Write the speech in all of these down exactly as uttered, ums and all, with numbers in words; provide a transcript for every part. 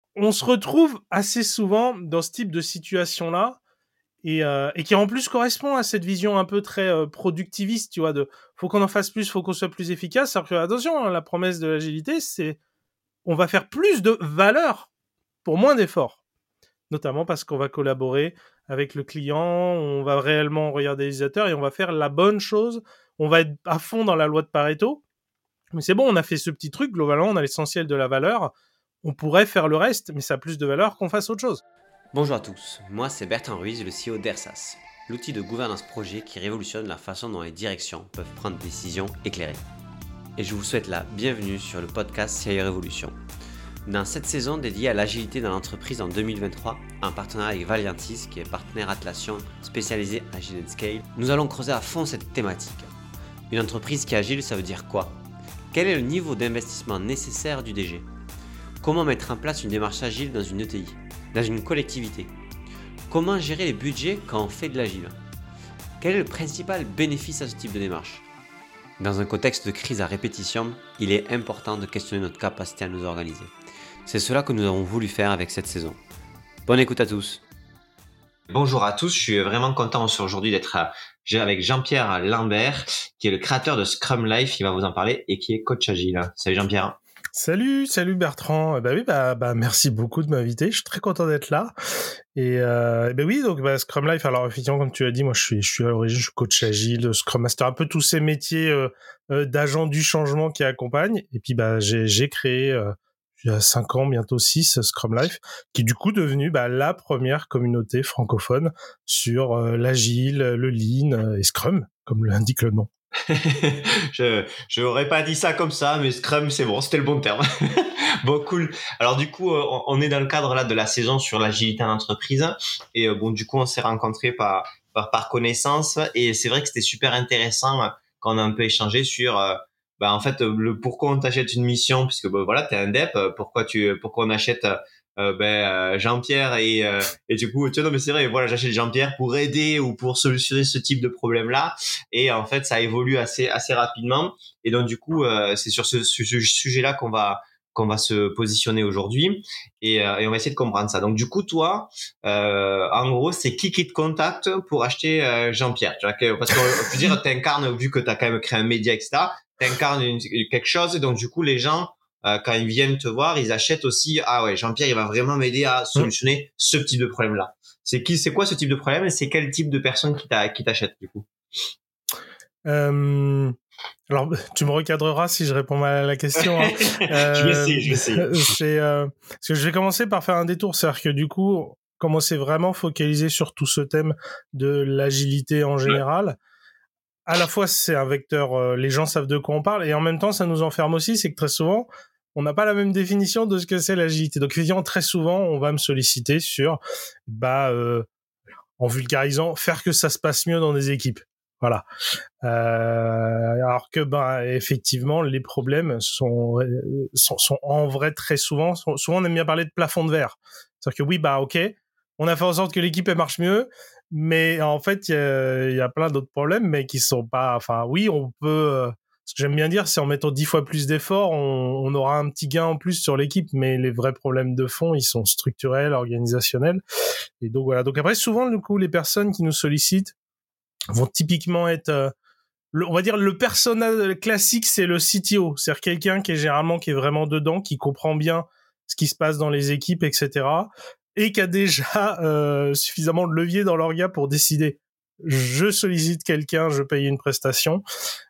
on se retrouve assez souvent dans ce type de situation-là et, euh, et qui en plus correspond à cette vision un peu très euh, productiviste, tu vois, de faut qu'on en fasse plus, faut qu'on soit plus efficace. Alors que, attention, hein, la promesse de l'agilité, c'est on va faire plus de valeur pour moins d'efforts, notamment parce qu'on va collaborer avec le client, on va réellement regarder les utilisateurs et on va faire la bonne chose, on va être à fond dans la loi de Pareto. Mais c'est bon, on a fait ce petit truc, globalement, on a l'essentiel de la valeur, on pourrait faire le reste, mais ça a plus de valeur qu'on fasse autre chose. Bonjour à tous, moi c'est Bertrand Ruiz, le C E O d'Ersas, l'outil de gouvernance projet qui révolutionne la façon dont les directions peuvent prendre des décisions éclairées. Et je vous souhaite la bienvenue sur le podcast C I O Révolution. Dans cette saison dédiée à l'agilité dans l'entreprise en deux mille vingt-trois, en partenariat avec Valiantis, qui est partenaire Atlassian spécialisé Agile and Scale, nous allons creuser à fond cette thématique. Une entreprise qui est agile, ça veut dire quoi ? Quel est le niveau d'investissement nécessaire du D G ? Comment mettre en place une démarche agile dans une E T I ? Dans une collectivité ? Comment gérer les budgets quand on fait de l'agile ? Quel est le principal bénéfice à ce type de démarche ? Dans un contexte de crise à répétition, il est important de questionner notre capacité à nous organiser. C'est cela que nous avons voulu faire avec cette saison. Bonne écoute à tous. Bonjour à tous, je suis vraiment content aujourd'hui d'être avec Jean-Pierre Lambert, qui est le créateur de Scrum Life, qui va vous en parler et qui est coach agile. Salut Jean-Pierre. Salut, salut Bertrand. Bah oui, bah, bah merci beaucoup de m'inviter. Je suis très content d'être là. Et euh, bah oui, donc bah, Scrum Life. Alors effectivement, comme tu l'as dit, moi je suis, je suis à l'origine, je suis coach agile, Scrum Master, un peu tous ces métiers euh, euh, d'agent du changement qui accompagnent. Et puis bah j'ai, j'ai créé euh, il y a cinq ans, bientôt six, Scrum Life, qui est du coup devenu bah, la première communauté francophone sur euh, l'agile, le lean euh, et Scrum, comme l'indique le nom. je je n'aurais pas dit ça comme ça, mais Scrum, c'est bon, c'était le bon terme. Bon, cool. Alors du coup, euh, on est dans le cadre là de la saison sur l'agilité en entreprise, et euh, bon, du coup, on s'est rencontrés par par par connaissance, et c'est vrai que c'était super intéressant euh, quand on a un peu échangé sur euh, bah en fait le pourquoi on t'achète une mission, puisque bah, voilà, t'es un dep, pourquoi tu pourquoi on achète euh, ben euh, Jean-Pierre et euh, et du coup tu vois, non mais c'est vrai, voilà, j'achète Jean-Pierre pour aider ou pour solutionner ce type de problème là, et en fait ça évolue assez assez rapidement, et donc du coup euh, c'est sur ce, ce, ce sujet là qu'on va qu'on va se positionner aujourd'hui, et, euh, et on va essayer de comprendre ça. Donc du coup toi euh, en gros c'est qui qui te contacte pour acheter euh, Jean-Pierre, tu vois, que, parce que je veux dire t'incarnes, vu que t'as quand même créé un média etc, t'incarnes une, quelque chose, et donc du coup les gens Euh, quand ils viennent te voir, ils achètent aussi, ah ouais, Jean-Pierre, il va vraiment m'aider à solutionner mmh. ce type de problème-là. C'est qui, c'est quoi ce type de problème, et c'est quel type de personne qui t'a, qui t'achète, du coup? Euh, alors, tu me recadreras si je réponds mal à la question. Hein. euh, je vais essayer, je vais essayer. C'est, euh, parce que je vais commencer par faire un détour. C'est-à-dire que du coup, comme on s'est vraiment focalisé sur tout ce thème de l'agilité en général, ouais. À la fois, c'est un vecteur, euh, les gens savent de quoi on parle, et en même temps, ça nous enferme aussi, c'est que très souvent, on n'a pas la même définition de ce que c'est l'agilité. Donc, effectivement, très souvent, on va me solliciter sur, bah, euh, en vulgarisant, faire que ça se passe mieux dans des équipes. Voilà. Euh, alors que, ben, effectivement, les problèmes sont, sont, sont en vrai très souvent, sont, souvent on aime bien parler de plafond de verre. C'est-à-dire que oui, bah, ok, on a fait en sorte que l'équipe elle marche mieux, mais en fait, il y a, y a plein d'autres problèmes, mais qui sont pas, enfin, oui, on peut, ce que j'aime bien dire, c'est en mettant dix fois plus d'efforts, on, on aura un petit gain en plus sur l'équipe, mais les vrais problèmes de fond, ils sont structurels, organisationnels. Et donc, voilà. Donc après, souvent, du coup, les personnes qui nous sollicitent vont typiquement être, euh, le, on va dire, le personnage classique, c'est le C T O. C'est-à-dire quelqu'un qui est généralement, qui est vraiment dedans, qui comprend bien ce qui se passe dans les équipes, et cetera, et qui a déjà euh, suffisamment de levier dans l'orga pour décider, je sollicite quelqu'un, je paye une prestation.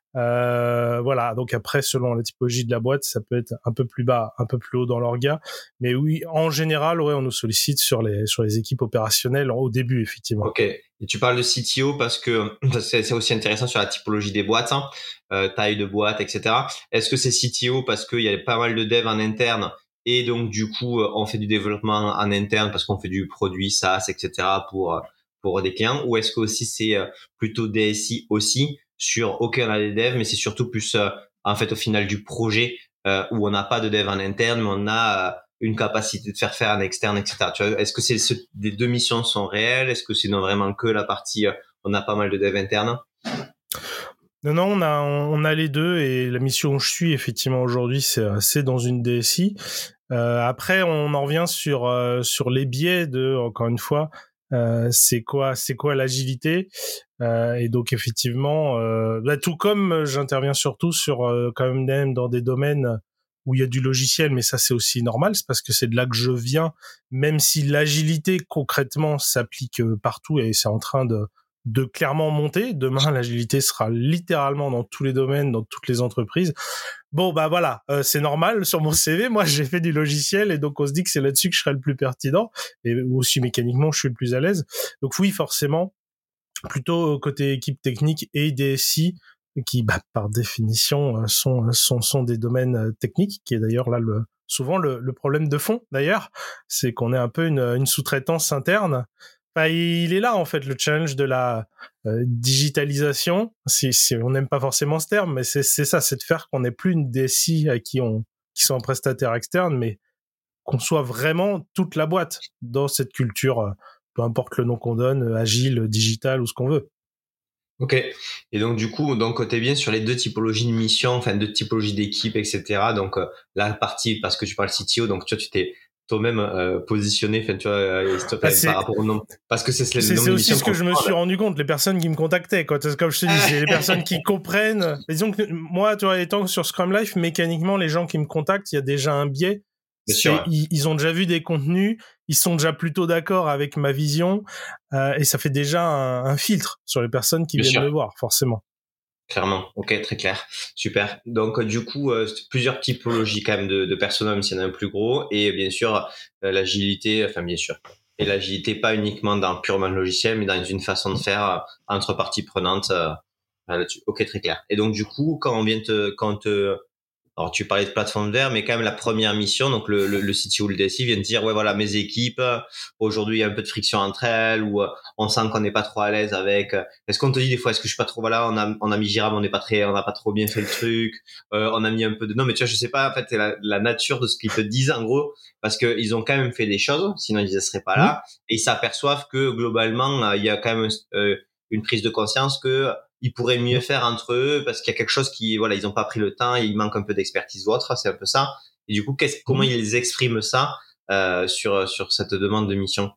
Euh, voilà. Donc après, selon la typologie de la boîte, ça peut être un peu plus bas, un peu plus haut dans l'orga. Mais oui, en général, ouais, on nous sollicite sur les sur les équipes opérationnelles au début, effectivement. Ok. Et tu parles de C T O parce que c'est, c'est aussi intéressant sur la typologie des boîtes, hein, euh, taille de boîte, et cetera. Est-ce que c'est C T O parce qu'il y a pas mal de devs en interne, et donc du coup on fait du développement en interne parce qu'on fait du produit SaaS, et cetera pour pour des clients, ou est-ce que aussi c'est plutôt D S I aussi sur, ok, on a des devs, mais c'est surtout plus euh, en fait au final du projet euh, où on n'a pas de dev en interne, mais on a euh, une capacité de faire faire en externe, et cetera. Tu vois, est-ce que c'est ce, les deux missions sont réelles? Est-ce que c'est non vraiment que la partie euh, on a pas mal de dev internes? Non, non, on a, on a les deux et la mission où je suis, effectivement, aujourd'hui, c'est, c'est dans une D S I. Euh, après, on en revient sur, euh, sur les biais de, encore une fois, euh, c'est quoi, c'est quoi l'agilité? Euh, et donc, effectivement, euh, bah, tout comme j'interviens surtout sur, euh, quand même dans des domaines où il y a du logiciel, mais ça, c'est aussi normal, c'est parce que c'est de là que je viens, même si l'agilité, concrètement, s'applique partout et c'est en train de, de clairement monter. Demain, l'agilité sera littéralement dans tous les domaines, dans toutes les entreprises. Bon, bah voilà, euh, c'est normal. Sur mon C V, moi, j'ai fait du logiciel et donc on se dit que c'est là-dessus que je serai le plus pertinent et aussi mécaniquement, je suis le plus à l'aise. Donc oui, forcément, plutôt côté équipe technique et D S I qui, bah, par définition, sont, sont, sont des domaines techniques, qui est d'ailleurs là le, souvent le, le problème de fond, d'ailleurs, c'est qu'on est un peu une, une sous-traitance interne. Enfin, il est là, en fait, le challenge de la euh, digitalisation. Si, si on n'aime pas forcément ce terme, mais c'est, c'est ça, c'est de faire qu'on n'ait plus une D S I à qui on, qui sont un prestataire externe, mais qu'on soit vraiment toute la boîte dans cette culture, peu importe le nom qu'on donne, agile, digital ou ce qu'on veut. Ok. Et donc, du coup, donc, t'es bien sur les deux typologies de missions, enfin, deux typologies d'équipes, et cetera. Donc, euh, la partie, parce que tu parles C T O, donc, tu vois, tu t'es toi-même euh, positionné, enfin, tu vois, euh, Bah, par rapport au nombre, parce que c'est, c'est le c'est, nombre c'est de aussi missions ce que qu'on je me parle. suis rendu compte, les personnes qui me contactaient, quoi. Comme je te dis, c'est les personnes qui comprennent. Mais disons que moi, tu vois, étant sur Scrum Life, mécaniquement, les gens qui me contactent, il y a déjà un biais. Bien sûr, ouais. ils, ils ont déjà vu des contenus, ils sont déjà plutôt d'accord avec ma vision, euh, et ça fait déjà un, un filtre sur les personnes qui Bien viennent sûr. me voir, forcément. Clairement, ok, très clair, super. Donc du coup, euh, plusieurs typologies quand même de, de personas, même s'il y en a un plus gros, et bien sûr euh, l'agilité, enfin bien sûr, et l'agilité pas uniquement dans purement le logiciel, mais dans une façon de faire euh, entre parties prenantes euh, là-dessus. Ok, très clair. Et donc du coup, quand on vient te, quand te, alors tu parlais de plateforme vert, mais quand même la première mission, donc le, le, le C T O ou le D S I vient de dire ouais voilà mes équipes, aujourd'hui il y a un peu de friction entre elles ou euh, on sent qu'on n'est pas trop à l'aise avec. Est-ce qu'on te dit des fois est-ce que je suis pas trop voilà on a on a mis Jira mais on n'est pas très on n'a pas trop bien fait le truc, euh, on a mis un peu de non mais tu vois je sais pas en fait c'est la, la nature de ce qu'ils te disent en gros parce que ils ont quand même fait des choses sinon ils ne seraient pas là mmh. Et ils s'aperçoivent que globalement il y a quand même euh, une prise de conscience que ils pourraient mieux faire entre eux parce qu'il y a quelque chose qui voilà ils ont pas pris le temps, il manque un peu d'expertise ou autre, c'est un peu ça. Et du coup qu'est-ce comment ils expriment ça euh, sur sur cette demande de mission?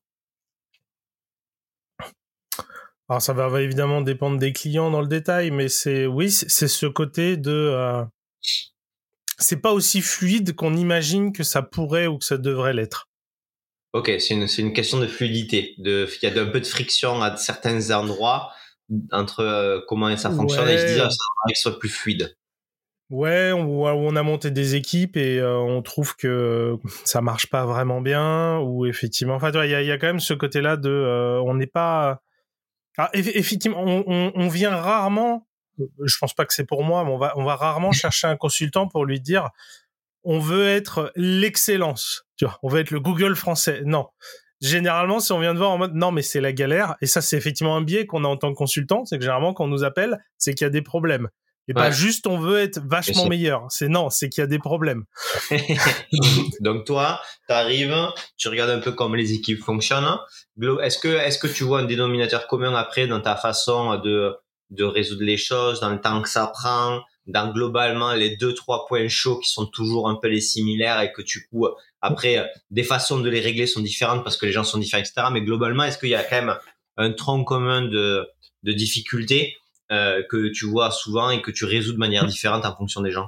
Alors ça va, va évidemment dépendre des clients dans le détail, mais c'est oui c'est, c'est ce côté de euh, c'est pas aussi fluide qu'on imagine que ça pourrait ou que ça devrait l'être. Ok, c'est une c'est une question de fluidité, de il y a un peu de friction à certains endroits entre euh, comment ça fonctionne ouais. Et je dis ah, ça aimerait que ce soit plus fluide. Ouais, on, on a monté des équipes et euh, on trouve que ça marche pas vraiment bien ou effectivement, enfin, il y a, y a quand même ce côté-là de, euh, on n'est pas, ah, effectivement, on, on, on vient rarement, je pense pas que c'est pour moi, mais on va, on va rarement chercher un consultant pour lui dire, on veut être l'excellence, tu vois, on veut être le Google français. Non. Généralement, si on vient de voir en mode non, mais c'est la galère, et ça, c'est effectivement un biais qu'on a en tant que consultant, c'est que généralement, quand on nous appelle, c'est qu'il y a des problèmes. Et ouais. Pas juste on veut être vachement meilleur. C'est non, c'est qu'il y a des problèmes. Donc toi, tu arrives, tu regardes un peu comment les équipes fonctionnent. Est-ce que est-ce que tu vois un dénominateur commun après dans ta façon de de résoudre les choses, dans le temps que ça prend, dans globalement les deux trois points chauds qui sont toujours un peu les similaires et que du coup après des façons de les régler sont différentes parce que les gens sont différents, et cetera. Mais globalement, est-ce qu'il y a quand même un tronc commun de de difficultés Euh, que tu vois souvent et que tu résous de manière différente en fonction des gens?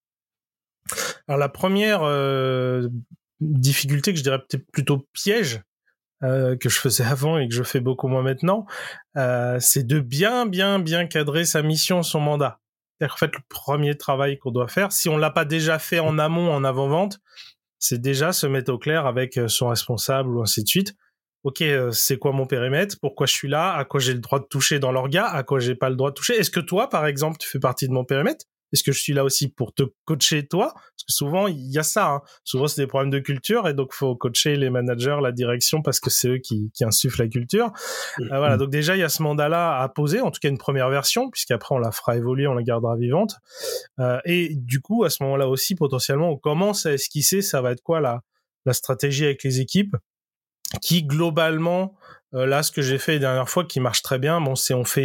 Alors la première euh, difficulté que je dirais peut-être plutôt piège euh, que je faisais avant et que je fais beaucoup moins maintenant, euh, c'est de bien bien bien cadrer sa mission, son mandat. C'est-à-dire qu'en fait le premier travail qu'on doit faire, si on l'a pas déjà fait en amont, en avant-vente, c'est déjà se mettre au clair avec son responsable ou ainsi de suite. Ok, euh, c'est quoi mon périmètre? Pourquoi je suis là? À quoi j'ai le droit de toucher dans l'orga? À quoi j'ai pas le droit de toucher? Est-ce que toi, par exemple, tu fais partie de mon périmètre? Est-ce que je suis là aussi pour te coacher toi? Parce que souvent, il y a ça. Hein. Souvent, c'est des problèmes de culture et donc faut coacher les managers, la direction, parce que c'est eux qui, qui insufflent la culture. Mmh. Euh, voilà. Donc déjà, il y a ce mandat-là à poser, en tout cas une première version, puisqu'après on la fera évoluer, on la gardera vivante. Euh, et du coup, à ce moment-là aussi, potentiellement, on commence à esquisser. Ça va être quoi la la stratégie avec les équipes? Qui globalement, euh, là, ce que j'ai fait les dernières fois, qui marche très bien, bon, c'est on fait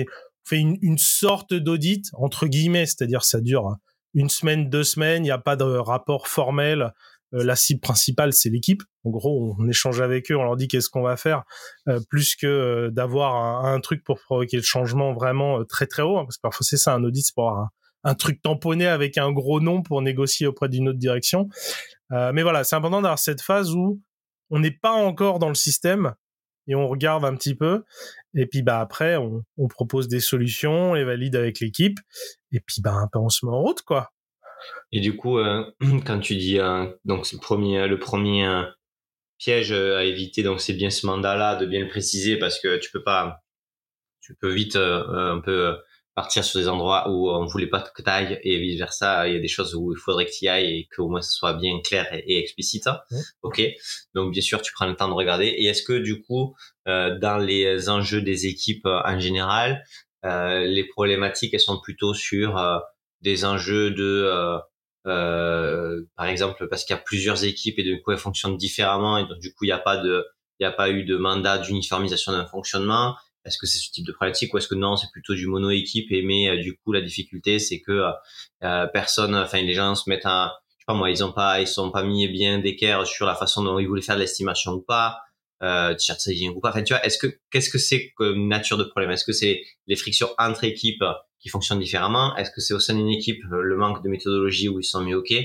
fait une, une sorte d'audit entre guillemets, c'est-à-dire ça dure une semaine, deux semaines, il n'y a pas de rapport formel. Euh, la cible principale, c'est l'équipe. En gros, on échange avec eux, on leur dit qu'est-ce qu'on va faire, euh, plus que euh, d'avoir un, un truc pour provoquer le changement vraiment euh, très très haut, hein, parce que parfois c'est ça, un audit, c'est pour avoir un, un truc tamponné avec un gros nom pour négocier auprès d'une autre direction. Euh, mais voilà, c'est important d'avoir cette phase où on n'est pas encore dans le système et on regarde un petit peu. Et puis bah après, on, on propose des solutions, on les valide avec l'équipe. Et puis bah un peu on se met en route, quoi. Et du coup, euh, quand tu dis euh, donc c'est le premier, le premier euh, piège à éviter, donc c'est bien ce mandat-là, de bien le préciser parce que tu peux pas, tu peux vite euh, un peu partir sur des endroits où on voulait pas que t'ailles et vice versa. Il y a des choses où il faudrait que tu y ailles et qu'au moins ce soit bien clair et, et explicite. Mmh. Ok. Donc bien sûr, tu prends le temps de regarder. Et est-ce que du coup, euh, dans les enjeux des équipes euh, en général, euh, les problématiques elles sont plutôt sur euh, des enjeux de euh, euh, par exemple parce qu'il y a plusieurs équipes et du coup elles fonctionnent différemment et donc du coup il n'y a pas de il n'y a pas eu de mandat d'uniformisation d'un fonctionnement. Est-ce que c'est ce type de problématique ou est-ce que non, c'est plutôt du mono-équipe et mais euh, du coup la difficulté c'est que euh, personne, enfin les gens se mettent à, je sais pas moi, ils ont pas, ils sont pas mis bien d'équerre sur la façon dont ils voulaient faire de l'estimation ou pas, euh, t-shirt sizing ou pas. Enfin tu vois, est-ce que qu'est-ce que c'est comme nature de problème? Est-ce que c'est les frictions entre équipes qui fonctionnent différemment? Est-ce que c'est au sein d'une équipe le manque de méthodologie où ils sont mis ok?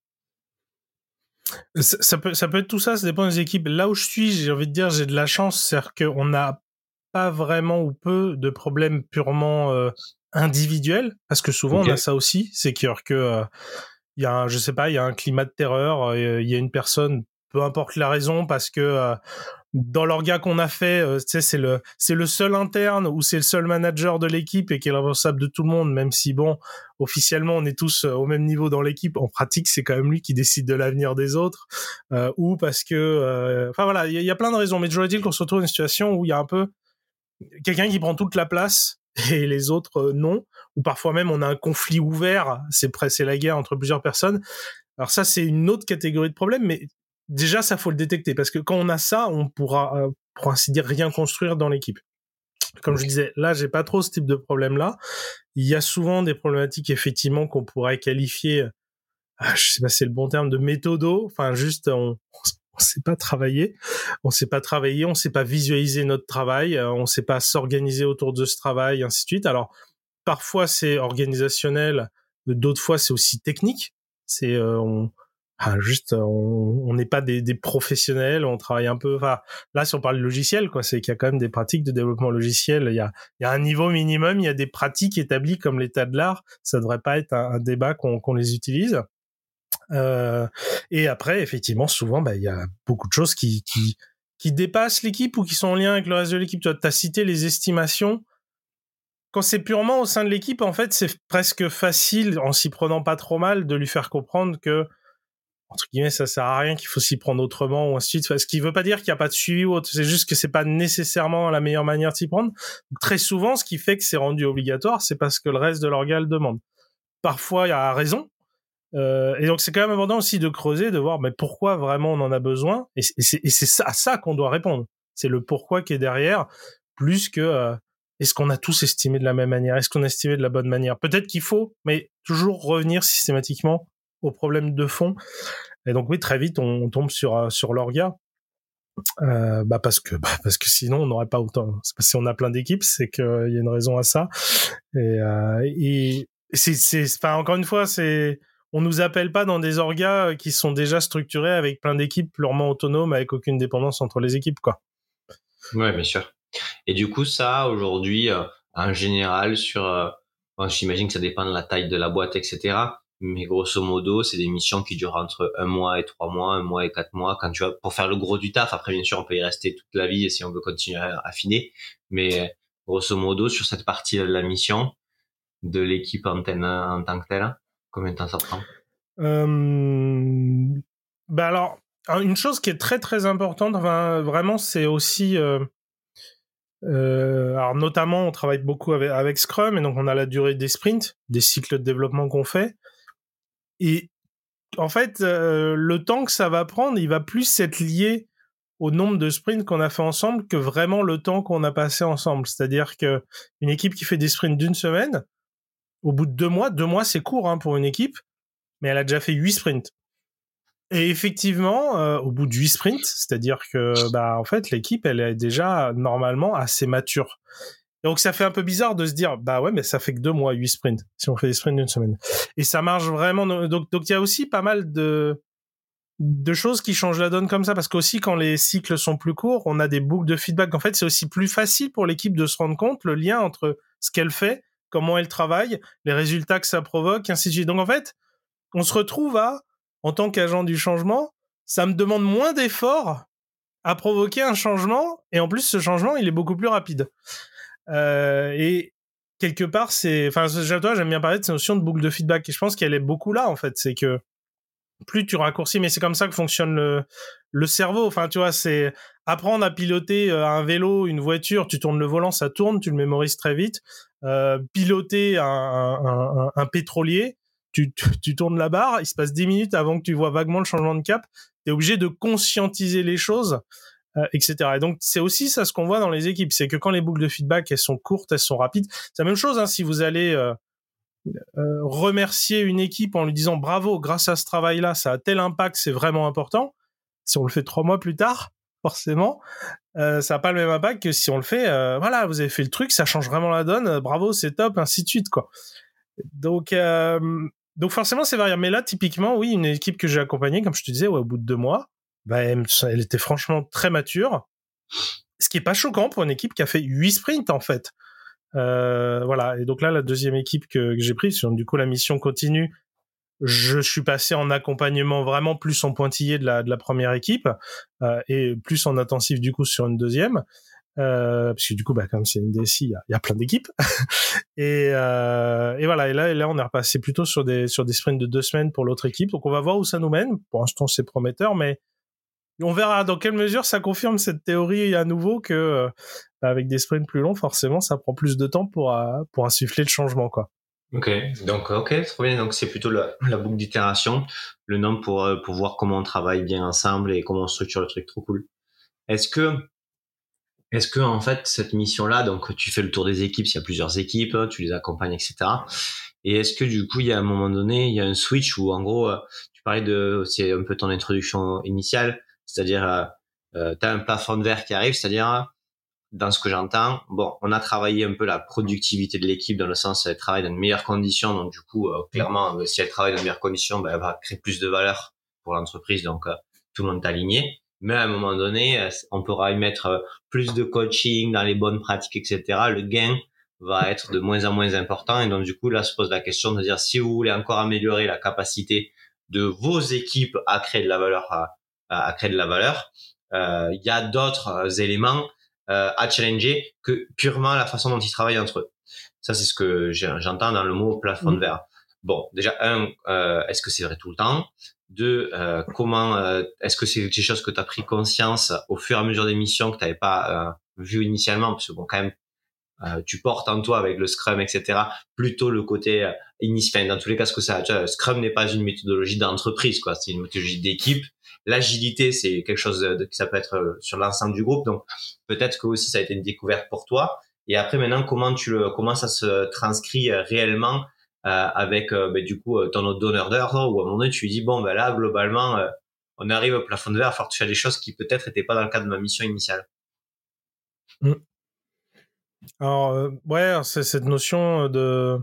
Ça, ça peut, ça peut être tout ça, ça dépend des équipes. Là où je suis, j'ai envie de dire, j'ai de la chance, c'est-à-dire qu'on n'a pas vraiment ou peu de problèmes purement euh, individuels, parce que souvent okay. on a ça aussi, c'est que il euh, y a un, je sais pas, il y a un climat de terreur, il euh, y a une personne, peu importe la raison, parce que euh, dans l'orga qu'on a fait, euh, tu sais, c'est le c'est le seul interne ou c'est le seul manager de l'équipe et qui est le responsable de tout le monde, même si bon, officiellement on est tous au même niveau dans l'équipe, en pratique c'est quand même lui qui décide de l'avenir des autres, euh, ou parce que, enfin euh, voilà, il y, y a plein de raisons, mais toujours est-il qu'on se retrouve dans une situation où il y a un peu quelqu'un qui prend toute la place et les autres euh, non, ou parfois même on a un conflit ouvert, c'est c'est la guerre entre plusieurs personnes. Alors ça c'est une autre catégorie de problème, mais déjà ça faut le détecter parce que quand on a ça, on pourra euh, pour ainsi dire rien construire dans l'équipe. Comme okay. je disais, là j'ai pas trop ce type de problème là. Il y a souvent des problématiques effectivement qu'on pourrait qualifier, ah, je sais pas si c'est le bon terme, de méthodo, enfin juste on on sait pas travailler, on sait pas travailler, on sait pas visualiser notre travail, on sait pas s'organiser autour de ce travail, ainsi de suite. Alors parfois c'est organisationnel, d'autres fois c'est aussi technique. C'est euh, on, ah, juste on n'est pas des, des professionnels, on travaille un peu. Enfin là si on parle de logiciel, quoi, c'est qu'il y a quand même des pratiques de développement logiciel. Il y a il y a un niveau minimum, il y a des pratiques établies comme l'état de l'art. Ça devrait pas être un, un débat qu'on qu'on les utilise. Euh, et après, effectivement, souvent, bah, il y a beaucoup de choses qui, qui, qui dépassent l'équipe ou qui sont en lien avec le reste de l'équipe. Tu as cité les estimations. Quand c'est purement au sein de l'équipe, en fait, c'est presque facile, en s'y prenant pas trop mal, de lui faire comprendre que, entre guillemets, ça sert à rien, qu'il faut s'y prendre autrement, ou ainsi de suite. Ce qui veut pas dire qu'il y a pas de suivi ou autre. C'est juste que c'est pas nécessairement la meilleure manière de s'y prendre. Très souvent, ce qui fait que c'est rendu obligatoire, c'est parce que le reste de l'orga le demande. Parfois, il y a raison. Euh, et donc c'est quand même important aussi de creuser, de voir mais pourquoi vraiment on en a besoin, et c'est, et c'est, et c'est ça, à ça qu'on doit répondre. C'est le pourquoi qui est derrière, plus que euh, est-ce qu'on a tous estimé de la même manière, est-ce qu'on a estimé de la bonne manière. Peut-être qu'il faut, mais toujours revenir systématiquement au problème de fond. Et donc oui, très vite on, on tombe sur euh, sur l'orga, euh, bah parce que bah parce que sinon on n'aurait pas autant. C'est parce que si on a plein d'équipes, c'est qu'il euh, y a une raison à ça. Et, euh, et c'est c'est enfin encore une fois c'est on nous appelle pas dans des orgas qui sont déjà structurés avec plein d'équipes purement autonomes avec aucune dépendance entre les équipes, quoi. Ouais, bien sûr. Et du coup, ça, aujourd'hui, euh, en général, sur, euh, bon, j'imagine que ça dépend de la taille de la boîte, et cetera. Mais grosso modo, c'est des missions qui durent entre un mois et trois mois, un mois et quatre mois, quand tu vas, pour faire le gros du taf. Après, bien sûr, on peut y rester toute la vie si on veut continuer à affiner. Mais, grosso modo, sur cette partie de la mission, de l'équipe en, ten, en tant que telle, combien de temps ça prend? euh, bah alors, une chose qui est très très importante, enfin, vraiment, c'est aussi... Euh, euh, alors notamment, on travaille beaucoup avec, avec Scrum, et donc on a la durée des sprints, des cycles de développement qu'on fait. Et en fait, euh, le temps que ça va prendre, il va plus être lié au nombre de sprints qu'on a fait ensemble que vraiment le temps qu'on a passé ensemble. C'est-à-dire que une équipe qui fait des sprints d'une semaine, au bout de deux mois, deux mois c'est court hein, pour une équipe, mais elle a déjà fait huit sprints. Et effectivement, euh, au bout de huit sprints, c'est-à-dire que bah en fait l'équipe elle est déjà normalement assez mature. Donc ça fait un peu bizarre de se dire bah ouais mais ça fait que deux mois huit sprints si on fait des sprints d'une semaine. Et ça marche vraiment. Donc donc il y a aussi pas mal de de choses qui changent la donne comme ça, parce qu'aussi quand les cycles sont plus courts, on a des boucles de feedback. En fait, c'est aussi plus facile pour l'équipe de se rendre compte le lien entre ce qu'elle fait, comment elle travaille, les résultats que ça provoque, ainsi de suite. Donc en fait, on se retrouve à, en tant qu'agent du changement, ça me demande moins d'efforts à provoquer un changement, et en plus ce changement, il est beaucoup plus rapide. Euh, et quelque part, c'est, enfin, toi, j'aime bien parler de cette notion de boucle de feedback, et je pense qu'elle est beaucoup là, en fait. C'est que plus tu raccourcis, mais c'est comme ça que fonctionne le, le cerveau. Enfin, tu vois, c'est apprendre à piloter un vélo, une voiture, tu tournes le volant, ça tourne, tu le mémorises très vite. Euh, piloter un, un, un, un pétrolier, tu, tu, tu tournes la barre, il se passe dix minutes avant que tu vois vaguement le changement de cap. T'es obligé de conscientiser les choses, euh, et cetera. Et donc, c'est aussi ça ce qu'on voit dans les équipes, c'est que quand les boucles de feedback, elles sont courtes, elles sont rapides. C'est la même chose, hein, si vous allez... Euh, Euh, remercier une équipe en lui disant bravo, grâce à ce travail-là, ça a tel impact, c'est vraiment important. Si on le fait trois mois plus tard, forcément, euh, ça n'a pas le même impact que si on le fait, euh, voilà, vous avez fait le truc, ça change vraiment la donne, euh, bravo, c'est top, ainsi de suite, quoi. Donc, euh, donc forcément, c'est variable. Mais là, typiquement, oui, une équipe que j'ai accompagnée, comme je te disais, ouais, au bout de deux mois, bah, elle, elle était franchement très mature. Ce qui est pas choquant pour une équipe qui a fait huit sprints, en fait. Euh, voilà. Et donc là, la deuxième équipe que, que j'ai prise, du coup, la mission continue. Je suis passé en accompagnement vraiment plus en pointillé de la, de la première équipe, euh, et plus en intensif, du coup, sur une deuxième. Euh, parce que du coup, bah, comme c'est une D S I, il y a, y a plein d'équipes. et, euh, et voilà. Et là, et là, on est repassé plutôt sur des, sur des sprints de deux semaines pour l'autre équipe. Donc, on va voir où ça nous mène. Pour l'instant, c'est prometteur, mais on verra dans quelle mesure ça confirme cette théorie à nouveau que, euh, avec des sprints plus longs, forcément, ça prend plus de temps pour, euh, pour insuffler le changement, quoi. Ok, donc ok, trop bien. Donc c'est plutôt la, la boucle d'itération, le nom pour pour voir comment on travaille bien ensemble et comment on structure le truc. Trop cool. Est-ce que est-ce que en fait cette mission-là, donc tu fais le tour des équipes, s'il y a plusieurs équipes, tu les accompagnes, et cetera. Et est-ce que du coup il y a un moment donné, il y a un switch où en gros tu parlais de, c'est un peu ton introduction initiale, c'est-à-dire euh, euh, t'as un plafond de verre qui arrive, c'est-à-dire dans ce que j'entends, bon, on a travaillé un peu la productivité de l'équipe dans le sens elle travaille dans de meilleures conditions, donc du coup, euh, clairement, euh, si elle travaille dans de meilleures conditions, ben, elle va créer plus de valeur pour l'entreprise, donc euh, tout le monde est aligné. Mais à un moment donné, euh, on pourra y mettre euh, plus de coaching dans les bonnes pratiques, et cetera. Le gain va être de moins en moins important, et donc du coup, là se pose la question de dire si vous voulez encore améliorer la capacité de vos équipes à créer de la valeur, à, à créer de la valeur, euh, il y a d'autres euh, éléments Euh, à challenger que purement la façon dont ils travaillent entre eux. Ça, c'est ce que j'entends dans le mot plafond de verre. Bon, déjà, un, euh, est-ce que c'est vrai tout le temps? Deux, euh, comment, euh, est-ce que c'est quelque chose que tu as pris conscience au fur et à mesure des missions que tu n'avais pas euh, vu initialement? Parce que bon, quand même, euh, tu portes en toi avec le Scrum, et cetera, plutôt le côté euh, initial. Dans tous les cas, ce que ça, tu vois, Scrum n'est pas une méthodologie d'entreprise, quoi. C'est une méthodologie d'équipe. L'agilité, c'est quelque chose de, de, ça peut être sur l'ensemble du groupe. Donc, peut-être que aussi ça a été une découverte pour toi. Et après, maintenant, comment tu le, comment ça se transcrit réellement euh, avec euh, ben, du coup ton autre donneur d'ordre, où à un moment donné tu lui dis bon ben là globalement euh, on arrive au plafond de verre, il va falloir que tu fasses des choses qui peut-être n'étaient pas dans le cadre de ma mission initiale. Mmh. Alors euh, ouais, c'est cette notion de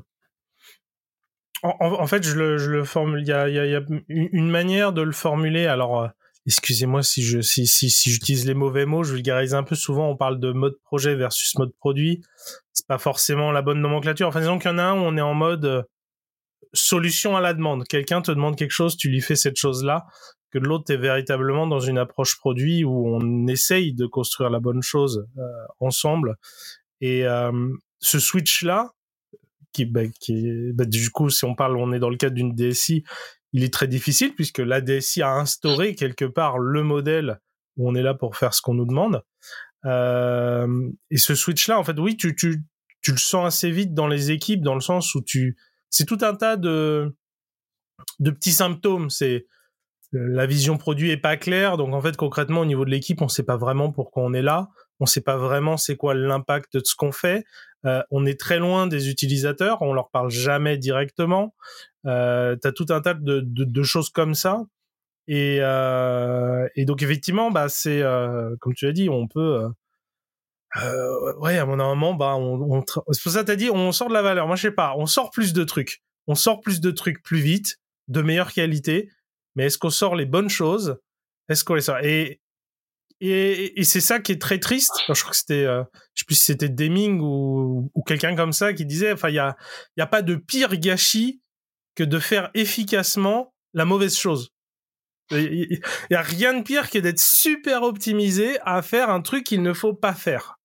En, en, en fait, je le, je le formule. Il y a, il y a, il y a une manière de le formuler. Alors, euh, excusez-moi si je, si, si, si j'utilise les mauvais mots, je vulgarise un peu. Souvent, on parle de mode projet versus mode produit. C'est pas forcément la bonne nomenclature. Enfin, disons qu'il y en a un où on est en mode euh, solution à la demande. Quelqu'un te demande quelque chose, tu lui fais cette chose-là. Que de l'autre, t'es véritablement dans une approche produit où on essaye de construire la bonne chose euh, ensemble. Et euh, ce switch-là, qui, bah, qui bah, du coup, si on parle, on est dans le cadre d'une D S I, il est très difficile puisque la D S I a instauré quelque part le modèle où on est là pour faire ce qu'on nous demande. Euh, et ce switch-là, en fait, oui, tu, tu, tu le sens assez vite dans les équipes, dans le sens où tu, c'est tout un tas de, de petits symptômes. C'est, la vision produit est pas claire, donc en fait concrètement au niveau de l'équipe, on sait pas vraiment pourquoi on est là, on sait pas vraiment c'est quoi l'impact de ce qu'on fait. Euh, on est très loin des utilisateurs, on leur parle jamais directement. Euh, t'as tout un tas de, de, de choses comme ça. Et, euh, et donc effectivement, bah c'est euh, comme tu l'as dit, on peut. Euh, euh, ouais, à un moment, bah on, on c'est pour ça que t'as dit, on sort de la valeur. Moi, je sais pas, on sort plus de trucs, on sort plus de trucs plus vite, de meilleure qualité. Mais est-ce qu'on sort les bonnes choses? Est-ce qu'on les sort? Et et, et c'est ça qui est très triste. Alors, je crois que c'était, euh, je sais plus si c'était Deming ou, ou quelqu'un comme ça qui disait, enfin, il y a, il y a pas de pire gâchis que de faire efficacement la mauvaise chose. Il y a rien de pire que d'être super optimisé à faire un truc qu'il ne faut pas faire.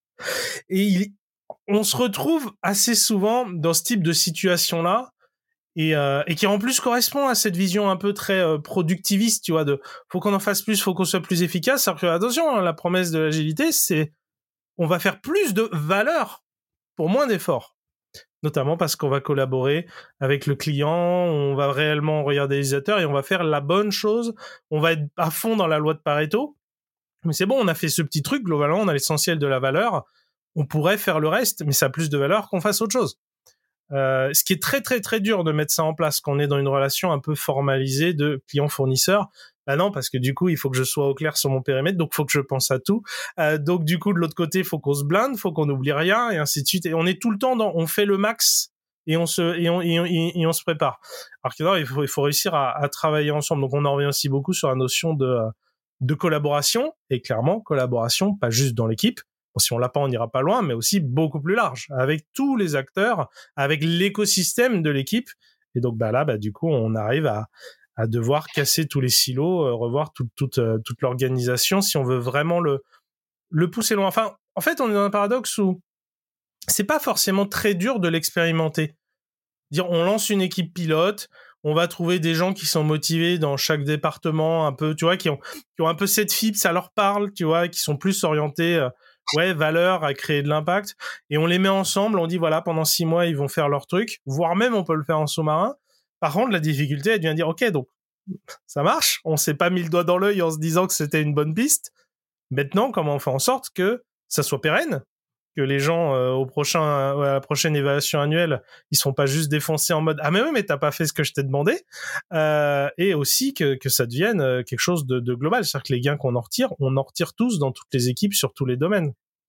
Et il, on se retrouve assez souvent dans ce type de situation-là. Et, euh, et qui en plus correspond à cette vision un peu très euh, productiviste, tu vois, de faut qu'on en fasse plus, faut qu'on soit plus efficace. Alors que attention, hein, la promesse de l'agilité, c'est on va faire plus de valeur pour moins d'efforts, notamment parce qu'on va collaborer avec le client, on va réellement regarder les utilisateurs et on va faire la bonne chose. On va être à fond dans la loi de Pareto, mais c'est bon, on a fait ce petit truc, globalement, on a l'essentiel de la valeur. On pourrait faire le reste, mais ça a plus de valeur qu'on fasse autre chose. Euh, ce qui est très très très dur de mettre ça en place quand on est dans une relation un peu formalisée de client-fournisseur. Bah non, parce que du coup, il faut que je sois au clair sur mon périmètre, donc il faut que je pense à tout. Euh, donc du coup, de l'autre côté, il faut qu'on se blinde, il faut qu'on n'oublie rien, et ainsi de suite. Et on est tout le temps dans, on fait le max et on se et on et on, et on se prépare. Alors que non, il faut il faut réussir à, à travailler ensemble. Donc on en revient aussi beaucoup sur la notion de de collaboration, et clairement collaboration, pas juste dans l'équipe. Bon, si on l'a pas, on n'ira pas loin, mais aussi beaucoup plus large, avec tous les acteurs, avec l'écosystème de l'équipe. Et donc, bah là, bah du coup, on arrive à, à devoir casser tous les silos, euh, revoir toute toute euh, toute l'organisation, si on veut vraiment le le pousser loin. Enfin, en fait, on est dans un paradoxe où c'est pas forcément très dur de l'expérimenter. Dire, on lance une équipe pilote, on va trouver des gens qui sont motivés dans chaque département, un peu, tu vois, qui ont qui ont un peu cette fibre, ça leur parle, tu vois, qui sont plus orientés. Euh, ouais, valeur à créer de l'impact, et on les met ensemble, on dit voilà, pendant six mois, ils vont faire leur truc, voire même on peut le faire en sous-marin. Par contre, la difficulté, elle vient dire, ok, donc, ça marche, on s'est pas mis le doigt dans l'œil en se disant que c'était une bonne piste. Maintenant, comment on fait en sorte que ça soit pérenne, que les gens, euh, au prochain, euh, à la prochaine évaluation annuelle, ils sont pas juste défoncés en mode, ah, mais oui, mais t'as pas fait ce que je t'ai demandé, euh, et aussi que, que ça devienne quelque chose de, de global. C'est-à-dire que les gains qu'on en retire, on en retire tous dans toutes les équipes, sur tous les domaines.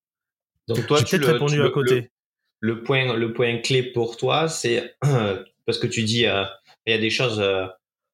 Donc toi, j'ai tu peut-être le, répondu tu à le, côté. Le, le point, le point clé pour toi, c'est euh, parce que tu dis, euh, il y a des choses. Euh,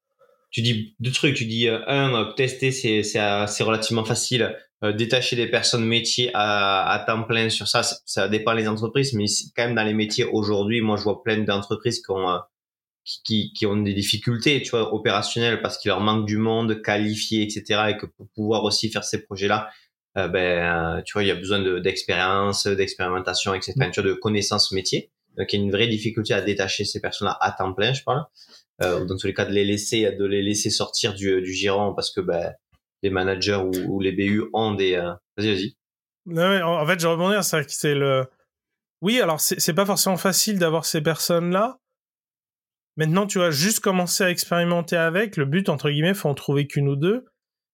tu dis deux trucs. Tu dis euh, un, euh, tester, c'est c'est euh, c'est relativement facile. Euh, détacher des personnes métiers à, à temps plein sur ça, ça, ça dépend des entreprises, mais quand même dans les métiers aujourd'hui, moi je vois plein d'entreprises qui ont euh, qui, qui ont des difficultés, tu vois, opérationnelles, parce qu'il leur manque du monde qualifié, et cetera, et que pour pouvoir aussi faire ces projets-là, euh, ben, euh, tu vois, il y a besoin de, d'expérience, d'expérimentation, et cetera, tu vois, de connaissances métiers. Donc, il y a une vraie difficulté à détacher ces personnes-là à temps plein, je parle. Euh, dans tous les cas, de les laisser, de les laisser sortir du, du giron, parce que, ben, les managers ou, ou les B U ont des, euh... vas-y, vas-y. Non, mais en fait, je vais rebondir, c'est que c'est le, oui, alors c'est, c'est pas forcément facile d'avoir ces personnes-là. Maintenant, tu vas juste commencer à expérimenter avec. Le but, entre guillemets, faut en trouver qu'une ou deux.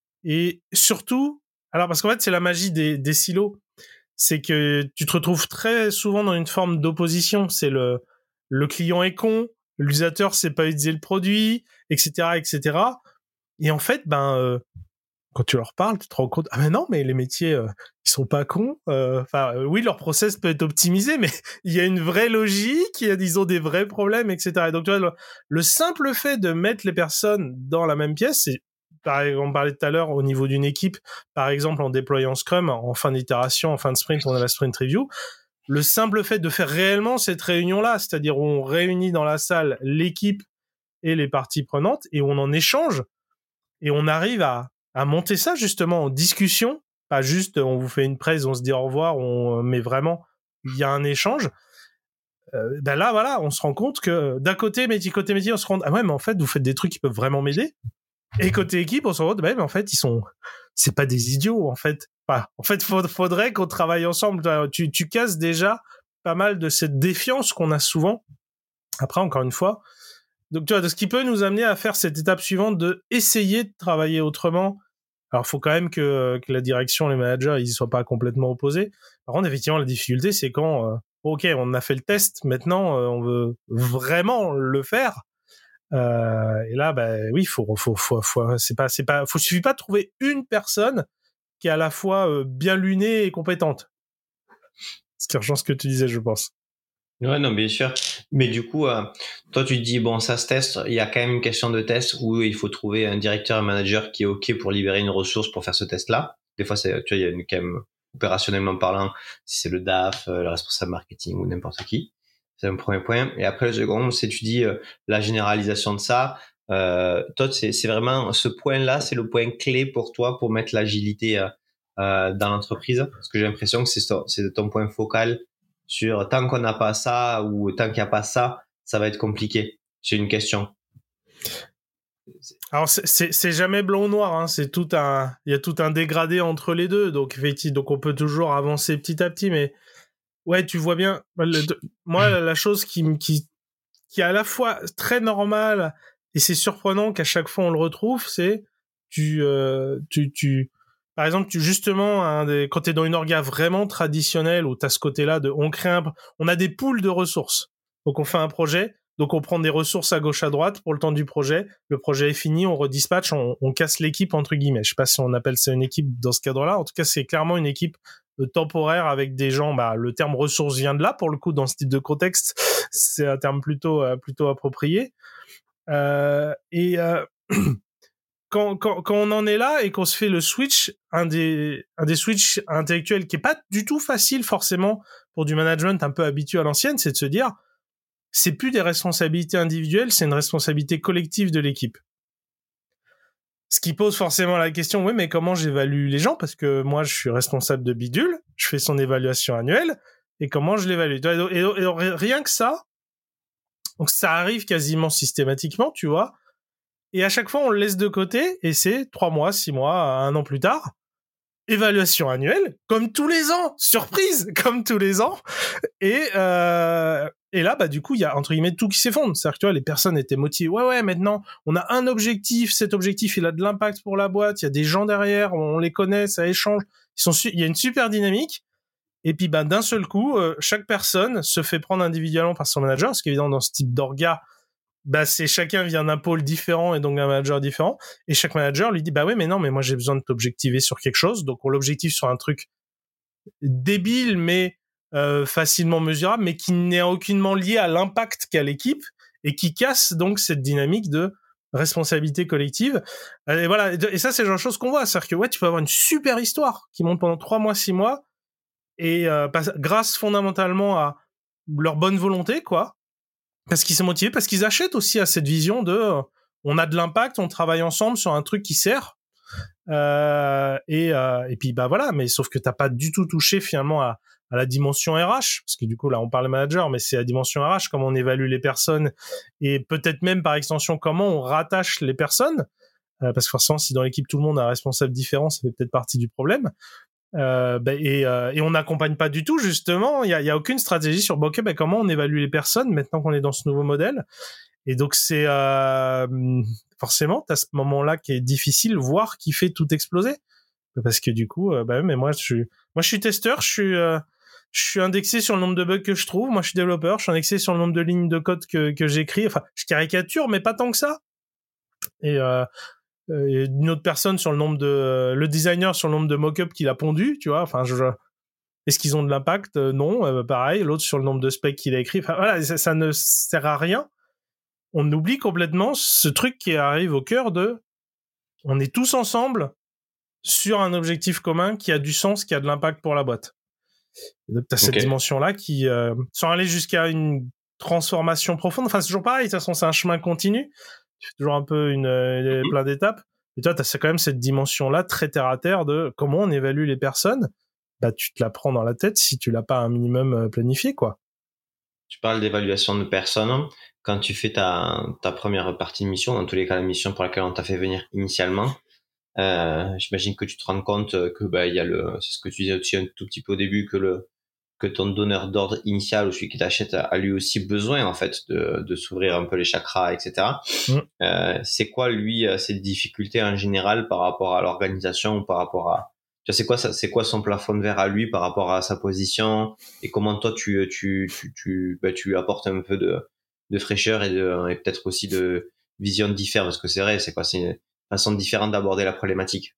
Et surtout, alors parce qu'en fait, c'est la magie des, des silos. C'est que tu te retrouves très souvent dans une forme d'opposition. C'est le, le client est con, l'utilisateur sait pas utiliser le produit, et cetera, et cetera. Et en fait, ben, euh, quand tu leur parles, tu te rends compte, ah mais non, mais les métiers, euh, ils sont pas cons. Enfin, euh, oui, leur process peut être optimisé, mais il y a une vraie logique, ils ont des vrais problèmes, et cetera. Et donc, tu vois, le, le simple fait de mettre les personnes dans la même pièce, c'est, par exemple, on parlait tout à l'heure au niveau d'une équipe, par exemple, en déployant Scrum, en fin d'itération, en fin de sprint, on a la sprint review. Le simple fait de faire réellement cette réunion-là, c'est-à-dire où on réunit dans la salle l'équipe et les parties prenantes, et où on en échange, et on arrive à, à monter ça justement en discussion, pas juste on vous fait une presse, on se dit au revoir, on, mais vraiment il y a un échange. Euh, ben là voilà, on se rend compte que d'un côté métier, côté métier, on se rend ah ouais mais en fait vous faites des trucs qui peuvent vraiment m'aider. Et côté équipe, on se rend compte bah, mais en fait ils sont, c'est pas des idiots en fait. Enfin, en fait faudrait qu'on travaille ensemble. Tu, tu casses déjà pas mal de cette défiance qu'on a souvent. Après encore une fois. Donc, tu vois, de ce qui peut nous amener à faire cette étape suivante de essayer de travailler autrement. Alors, faut quand même que, que la direction, les managers, ils soient pas complètement opposés. Par contre, effectivement, la difficulté, c'est quand, euh, ok, on a fait le test, maintenant, euh, on veut vraiment le faire. Euh, et là, bah, oui, faut, faut, faut, faut, c'est pas, c'est pas, faut, suffit pas de trouver une personne qui est à la fois euh, bien lunée et compétente. Ce qui rejoint ce que tu disais, je pense. Ouais, non, bien sûr. Mais du coup, euh, toi, tu te dis, bon, ça se teste. Il y a quand même une question de test où il faut trouver un directeur, un manager qui est OK pour libérer une ressource pour faire ce test-là. Des fois, c'est, tu vois, il y a une, quand même, opérationnellement parlant, si c'est le D A F, euh, le responsable marketing ou n'importe qui. C'est un premier point. Et après, le second, c'est, tu dis, euh, la généralisation de ça. Euh, toi, c'est, c'est vraiment ce point-là, c'est le point clé pour toi pour mettre l'agilité euh, euh, dans l'entreprise. Parce que j'ai l'impression que c'est, c'est ton point focal sur tant qu'on n'a pas ça ou tant qu'il n'y a pas ça, ça va être compliqué. C'est une question. Alors c'est, c'est, c'est jamais blanc ou noir, hein. C'est tout un, il y a tout un dégradé entre les deux, donc effectivement, donc on peut toujours avancer petit à petit, mais ouais, tu vois bien. Le, moi, la chose qui, qui, qui est à la fois très normale et c'est surprenant qu'à chaque fois on le retrouve, c'est tu, euh, tu, tu, par exemple, tu justement, hein, des, quand t'es dans une orga vraiment traditionnelle où t'as ce côté-là de, on crée un, on a des pools de ressources, donc on fait un projet. Donc on prend des ressources à gauche à droite pour le temps du projet. Le projet est fini, on redispatche, on, on casse l'équipe entre guillemets. Je sais pas si on appelle ça une équipe dans ce cadre-là. En tout cas, c'est clairement une équipe euh, temporaire avec des gens. Bah, le terme ressources vient de là pour le coup dans ce type de contexte. C'est un terme plutôt euh, plutôt approprié. Euh, et euh, quand, quand quand on en est là et qu'on se fait le switch, un des un des switches intellectuels qui est pas du tout facile forcément pour du management un peu habitué à l'ancienne, c'est de se dire c'est plus des responsabilités individuelles, c'est une responsabilité collective de l'équipe. Ce qui pose forcément la question, oui, mais comment j'évalue les gens? Parce que moi, je suis responsable de Bidule, je fais son évaluation annuelle, et comment je l'évalue? Et, et, et rien que ça, donc ça arrive quasiment systématiquement, tu vois, et à chaque fois, on le laisse de côté, et c'est trois mois, six mois, un an plus tard, évaluation annuelle, comme tous les ans, surprise, comme tous les ans, et euh, et là, bah du coup, il y a entre guillemets tout qui s'effondre. C'est-à-dire que tu vois, les personnes étaient motivées. Ouais, ouais, maintenant, on a un objectif. Cet objectif, il a de l'impact pour la boîte. Il y a des gens derrière, on les connaît, ça échange. Ils sont, su- il y a une super dynamique. Et puis, bah d'un seul coup, euh, chaque personne se fait prendre individuellement par son manager, parce qu'évidemment, dans ce type d'orga, bah c'est chacun vient d'un pôle différent et donc d'un manager différent. Et chaque manager lui dit, bah ouais, mais non, mais moi j'ai besoin de t'objectiver sur quelque chose. Donc on l'objective sur un truc débile, mais euh, facilement mesurable, mais qui n'est aucunement lié à l'impact qu'a l'équipe et qui casse donc cette dynamique de responsabilité collective. Et voilà. Et ça, c'est le genre de choses qu'on voit. C'est-à-dire que ouais, tu peux avoir une super histoire qui monte pendant trois mois, six mois, et euh, grâce fondamentalement à leur bonne volonté, quoi, parce qu'ils sont motivés, parce qu'ils achètent aussi à cette vision de euh, on a de l'impact, on travaille ensemble sur un truc qui sert. Euh, et, euh, et puis bah voilà, mais sauf que t'as pas du tout touché finalement à, à la dimension R H, parce que du coup là on parle manager, mais c'est la dimension R H, comment on évalue les personnes et peut-être même par extension comment on rattache les personnes, euh, parce que forcément si dans l'équipe tout le monde a un responsable différent, ça fait peut-être partie du problème. Euh, bah, et, euh, et on n'accompagne pas du tout justement, il y a, y a aucune stratégie sur bah, ok, bah, comment on évalue les personnes maintenant qu'on est dans ce nouveau modèle. Et donc c'est euh, forcément t'as ce moment-là qui est difficile, voire qui fait tout exploser, parce que du coup, euh, bah mais moi je suis, moi je suis testeur, je suis, euh, je suis indexé sur le nombre de bugs que je trouve. Moi je suis développeur, je suis indexé sur le nombre de lignes de code que que j'écris. Enfin, je caricature, mais pas tant que ça. Et euh, euh, une autre personne sur le nombre de, euh, le designer sur le nombre de mock-up qu'il a pondu, tu vois. Enfin, je, je... est-ce qu'ils ont de l'impact? euh, Non, euh, pareil. L'autre sur le nombre de specs qu'il a écrit. Enfin voilà, ça, ça ne sert à rien. On oublie complètement ce truc qui arrive au cœur de on est tous ensemble sur un objectif commun qui a du sens, qui a de l'impact pour la boîte. Et donc, t'as cette okay. dimension-là qui, euh, sans aller jusqu'à une transformation profonde, enfin, c'est toujours pareil, de toute façon, c'est un chemin continu, tu fais toujours un peu une, euh, plein d'étapes, et toi, t'as quand même cette dimension-là très terre-à-terre de comment on évalue les personnes, bah, tu te la prends dans la tête si tu l'as pas un minimum planifié, quoi. Tu parles d'évaluation de personnes. Quand tu fais ta, ta première partie de mission, dans tous les cas, la mission pour laquelle on t'a fait venir initialement, euh, j'imagine que tu te rends compte que, bah, il y a le, c'est ce que tu disais aussi un tout petit peu au début, que le, que ton donneur d'ordre initial ou celui qui t'achète a, a lui aussi besoin en fait de, de s'ouvrir un peu les chakras, et cetera. Mmh. Euh, c'est quoi lui ses difficultés en général par rapport à l'organisation ou par rapport à, tu vois, c'est quoi ça, c'est quoi son plafond de verre à lui par rapport à sa position et comment toi tu tu tu tu bah, tu lui apportes un peu de de fraîcheur et de et peut-être aussi de vision différente, parce que c'est vrai, c'est quoi, c'est une façon différente d'aborder la problématique.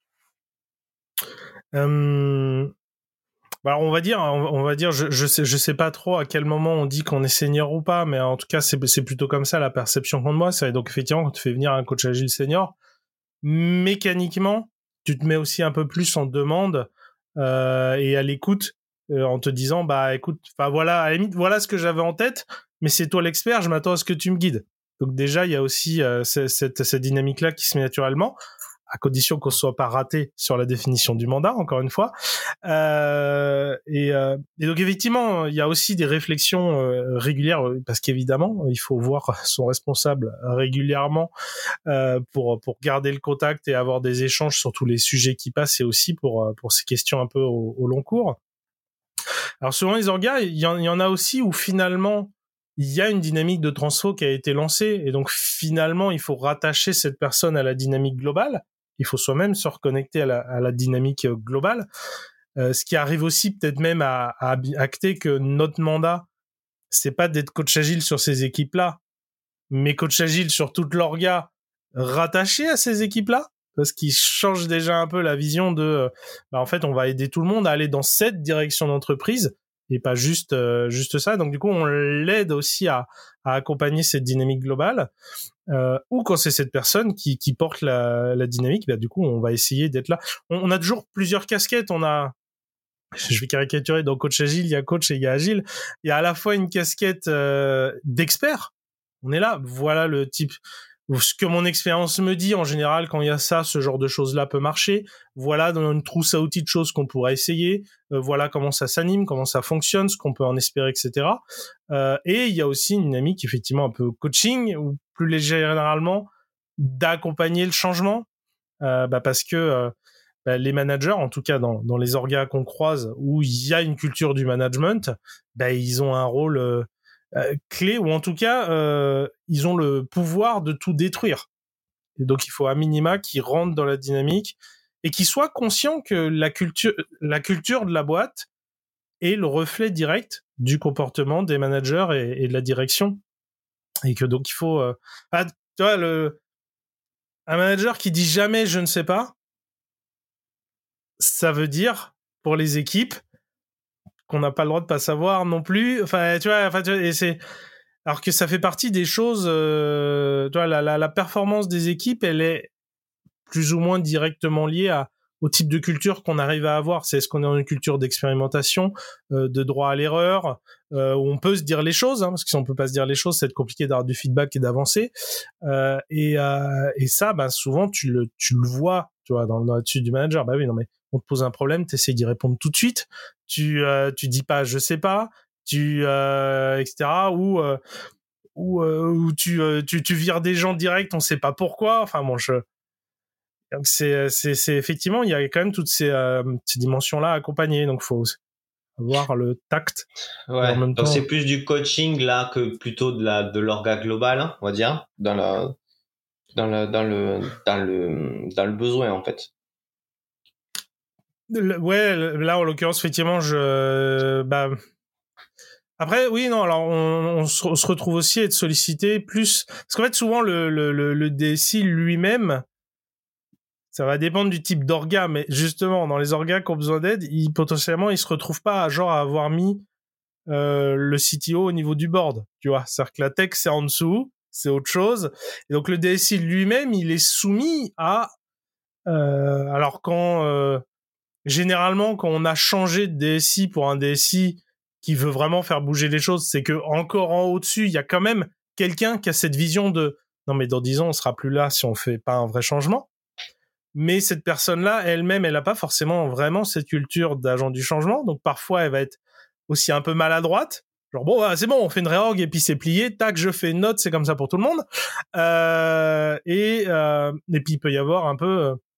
Euh... Alors on va dire, on va dire, je, je sais, je sais pas trop à quel moment on dit qu'on est senior ou pas, mais en tout cas c'est, c'est plutôt comme ça la perception qu'on de moi. C'est donc effectivement quand tu fais venir un coach agile senior, mécaniquement tu te mets aussi un peu plus en demande euh, et à l'écoute euh, en te disant bah écoute, enfin voilà, à la limite voilà ce que j'avais en tête, mais c'est toi l'expert, je m'attends à ce que tu me guides. Donc déjà il y a aussi euh, cette, cette, cette dynamique là qui se met naturellement, à condition qu'on ne soit pas raté sur la définition du mandat, encore une fois. Euh, et, euh, et donc, effectivement, il y a aussi des réflexions euh, régulières, parce qu'évidemment, il faut voir son responsable régulièrement euh, pour, pour garder le contact et avoir des échanges sur tous les sujets qui passent, et aussi pour, pour ces questions un peu au, au long cours. Alors, selon les orgas, il y, en, il y en a aussi où, finalement, il y a une dynamique de transfo qui a été lancée, et donc, finalement, il faut rattacher cette personne à la dynamique globale. Il faut soi-même se reconnecter à la, à la dynamique globale. Euh, ce qui arrive aussi peut-être même à, à acter que notre mandat, c'est pas d'être coach agile sur ces équipes-là, mais coach agile sur toute l'orga rattaché à ces équipes-là, parce qu'il change déjà un peu la vision de, bah, en fait, on va aider tout le monde à aller dans cette direction d'entreprise et pas juste euh, juste ça. Donc du coup, on l'aide aussi à, à accompagner cette dynamique globale. Euh, ou quand c'est cette personne qui, qui porte la, la dynamique, bah, du coup, on va essayer d'être là. On, on a toujours plusieurs casquettes. On a, je vais caricaturer, dans coach agile, il y a coach et il y a agile. Il y a à la fois une casquette euh, d'expert. On est là. Voilà le type. Ce que mon expérience me dit, en général, quand il y a ça, ce genre de choses-là peut marcher. Voilà, dans une trousse à outils de choses qu'on pourrait essayer. Euh, voilà comment ça s'anime, comment ça fonctionne, ce qu'on peut en espérer, et cetera. Euh, et il y a aussi une dynamique, effectivement, un peu coaching, ou plus léger généralement, d'accompagner le changement. Euh, bah parce que euh, bah, les managers, en tout cas dans, dans les orgas qu'on croise, où il y a une culture du management, bah, ils ont un rôle... Euh, Euh, clé, ou en tout cas euh, ils ont le pouvoir de tout détruire, et donc il faut à minima qu'ils rentrent dans la dynamique et qu'ils soient conscients que la culture la culture de la boîte est le reflet direct du comportement des managers et, et de la direction, et que donc il faut euh... ah, tu vois, le un manager qui dit jamais je ne sais pas, ça veut dire pour les équipes qu'on n'a pas le droit de pas savoir non plus, enfin tu vois, enfin tu vois, et c'est alors que ça fait partie des choses, euh, tu vois, la, la, la performance des équipes, elle est plus ou moins directement liée à, au type de culture qu'on arrive à avoir. C'est est-ce qu'on est dans une culture d'expérimentation, euh, de droit à l'erreur, euh, où on peut se dire les choses, hein, parce que si on peut pas se dire les choses, c'est compliqué d'avoir du feedback et d'avancer. Euh, et, euh, et ça, bah, souvent, tu le, tu le vois, tu vois, dans, dans l'attitude du manager. Bah oui, non mais on te pose un problème, t'essaies d'y répondre tout de suite. Tu, euh, tu dis pas je sais pas. Tu euh, et cetera ou euh, ou euh, ou tu, euh, tu tu vires des gens direct, on sait pas pourquoi, enfin bon, je donc c'est c'est c'est effectivement il y a quand même toutes ces euh, ces dimensions là accompagnées, donc faut avoir le tact. Ouais, en même donc temps... c'est plus du coaching là que plutôt de la de l'orga global, hein, on va dire, dans la dans la dans le dans le dans le besoin en fait. Le, ouais, là en l'occurrence effectivement je bah après oui non alors on, on, se, on se retrouve aussi à être sollicité plus parce qu'en fait souvent le le le, le D S I lui-même, ça va dépendre du type d'orga, mais justement dans les orgas qui ont besoin d'aide, ils potentiellement ils se retrouvent pas à genre à avoir mis euh, le C T O au niveau du board, tu vois, c'est-à-dire que la tech c'est en dessous, c'est autre chose, et donc le D S I lui-même il est soumis à euh, alors quand euh, généralement, quand on a changé de D S I pour un D S I qui veut vraiment faire bouger les choses, c'est que encore en haut dessus, il y a quand même quelqu'un qui a cette vision de non mais dans dix ans, on sera plus là si on fait pas un vrai changement. Mais cette personne-là, elle-même, elle a pas forcément vraiment cette culture d'agent du changement, donc parfois elle va être aussi un peu maladroite. Genre bon, ah, c'est bon, on fait une réorg et puis c'est plié. Tac, je fais une note, c'est comme ça pour tout le monde. Euh, et euh, et puis il peut y avoir un peu euh,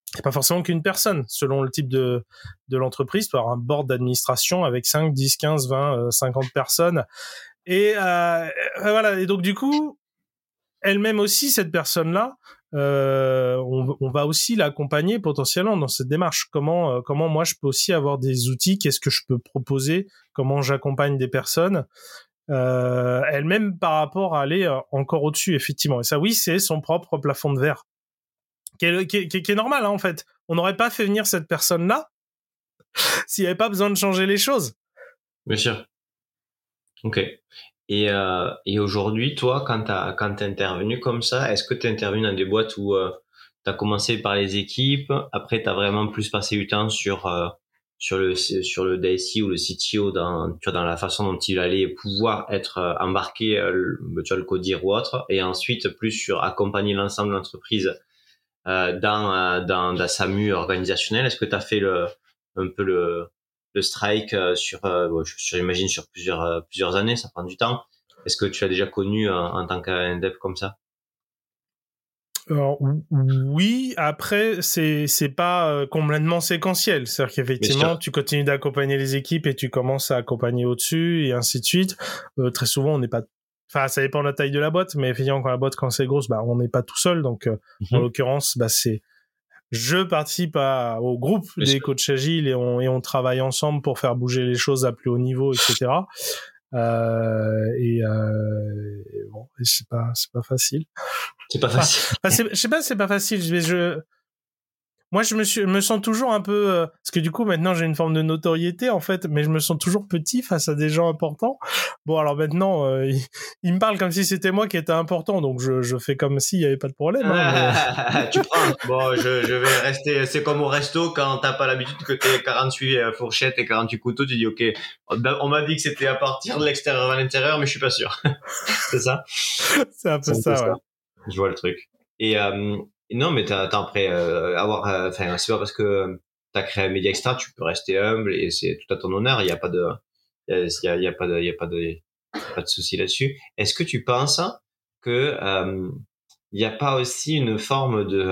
c'est pas forcément qu'une personne. Selon le type de, de l'entreprise, tu vas avoir un board d'administration avec cinq, dix, quinze, vingt, cinquante personnes. Et euh, voilà. Et donc, du coup, elle-même aussi, cette personne-là, euh, on, on va aussi l'accompagner potentiellement dans cette démarche. Comment, euh, comment moi, je peux aussi avoir des outils? Qu'est-ce que je peux proposer? Comment j'accompagne des personnes? Euh, elle-même par rapport à aller encore au-dessus, effectivement. Et ça, oui, c'est son propre plafond de verre. Qui est, qui, est, qui est normal, hein, en fait. On n'aurait pas fait venir cette personne-là s'il n'y avait pas besoin de changer les choses. Bien sûr. Ok. Et, euh, et aujourd'hui, toi, quand t'as, quand t'es intervenu comme ça, est-ce que t'es intervenu dans des boîtes où euh, t'as commencé par les équipes, après t'as vraiment plus passé du temps sur euh, sur le sur le D S I ou le C T O dans tu vois, dans la façon dont il allait pouvoir être euh, embarqué, euh, tu vois, le codir ou autre, et ensuite plus sur accompagner l'ensemble de l'entreprise euh, dans, euh, dans dans sa mue organisationnelle. Est-ce que t'as fait le un peu le le strike euh, sur, euh, je, j'imagine sur plusieurs euh, plusieurs années, ça prend du temps. Est-ce que tu l'as déjà connu euh, en tant qu'indep comme ça? Alors, oui, après, c'est, c'est pas euh, complètement séquentiel. C'est-à-dire qu'effectivement, tu continues d'accompagner les équipes et tu commences à accompagner au-dessus et ainsi de suite. Euh, très souvent, on n'est pas... Enfin, ça dépend de la taille de la boîte, mais effectivement, quand la boîte, quand c'est grosse, bah, on n'est pas tout seul. Donc, euh, mm-hmm. en l'occurrence, bah, c'est... Je participe à, au groupe Bien des sûr. coachs agiles et on, et on travaille ensemble pour faire bouger les choses à plus haut niveau, et cetera. Euh, et, euh, et bon, c'est pas, c'est pas facile. C'est pas facile. Enfin, c'est, je sais pas, c'est pas facile. Je, je, moi, je me suis, je me sens toujours un peu, euh, parce que du coup, maintenant, j'ai une forme de notoriété, en fait, mais je me sens toujours petit face à des gens importants. Bon, alors maintenant, euh, ils, ils me parlent comme si c'était moi qui étais important, donc je, je fais comme s'il y avait pas de problème. Hein, mais... tu prends. Bon, je, je vais rester, c'est comme au resto, quand t'as pas l'habitude que t'aies quarante-huit fourchettes et quarante-huit couteaux, tu dis, OK, on m'a dit que c'était à partir de l'extérieur vers l'intérieur, mais je suis pas sûr. C'est ça? C'est un peu, c'est un ça, peu ouais. Ça. Je vois le truc. Et, euh, non, mais t'as, t'as après euh, avoir, enfin, euh, c'est pas parce que t'as créé un média extra, tu peux rester humble et c'est tout à ton honneur. Il y a pas de, il y a, il y a pas de, il y a pas de, pas de souci là-dessus. Est-ce que tu penses que euh, il y a pas aussi une forme de,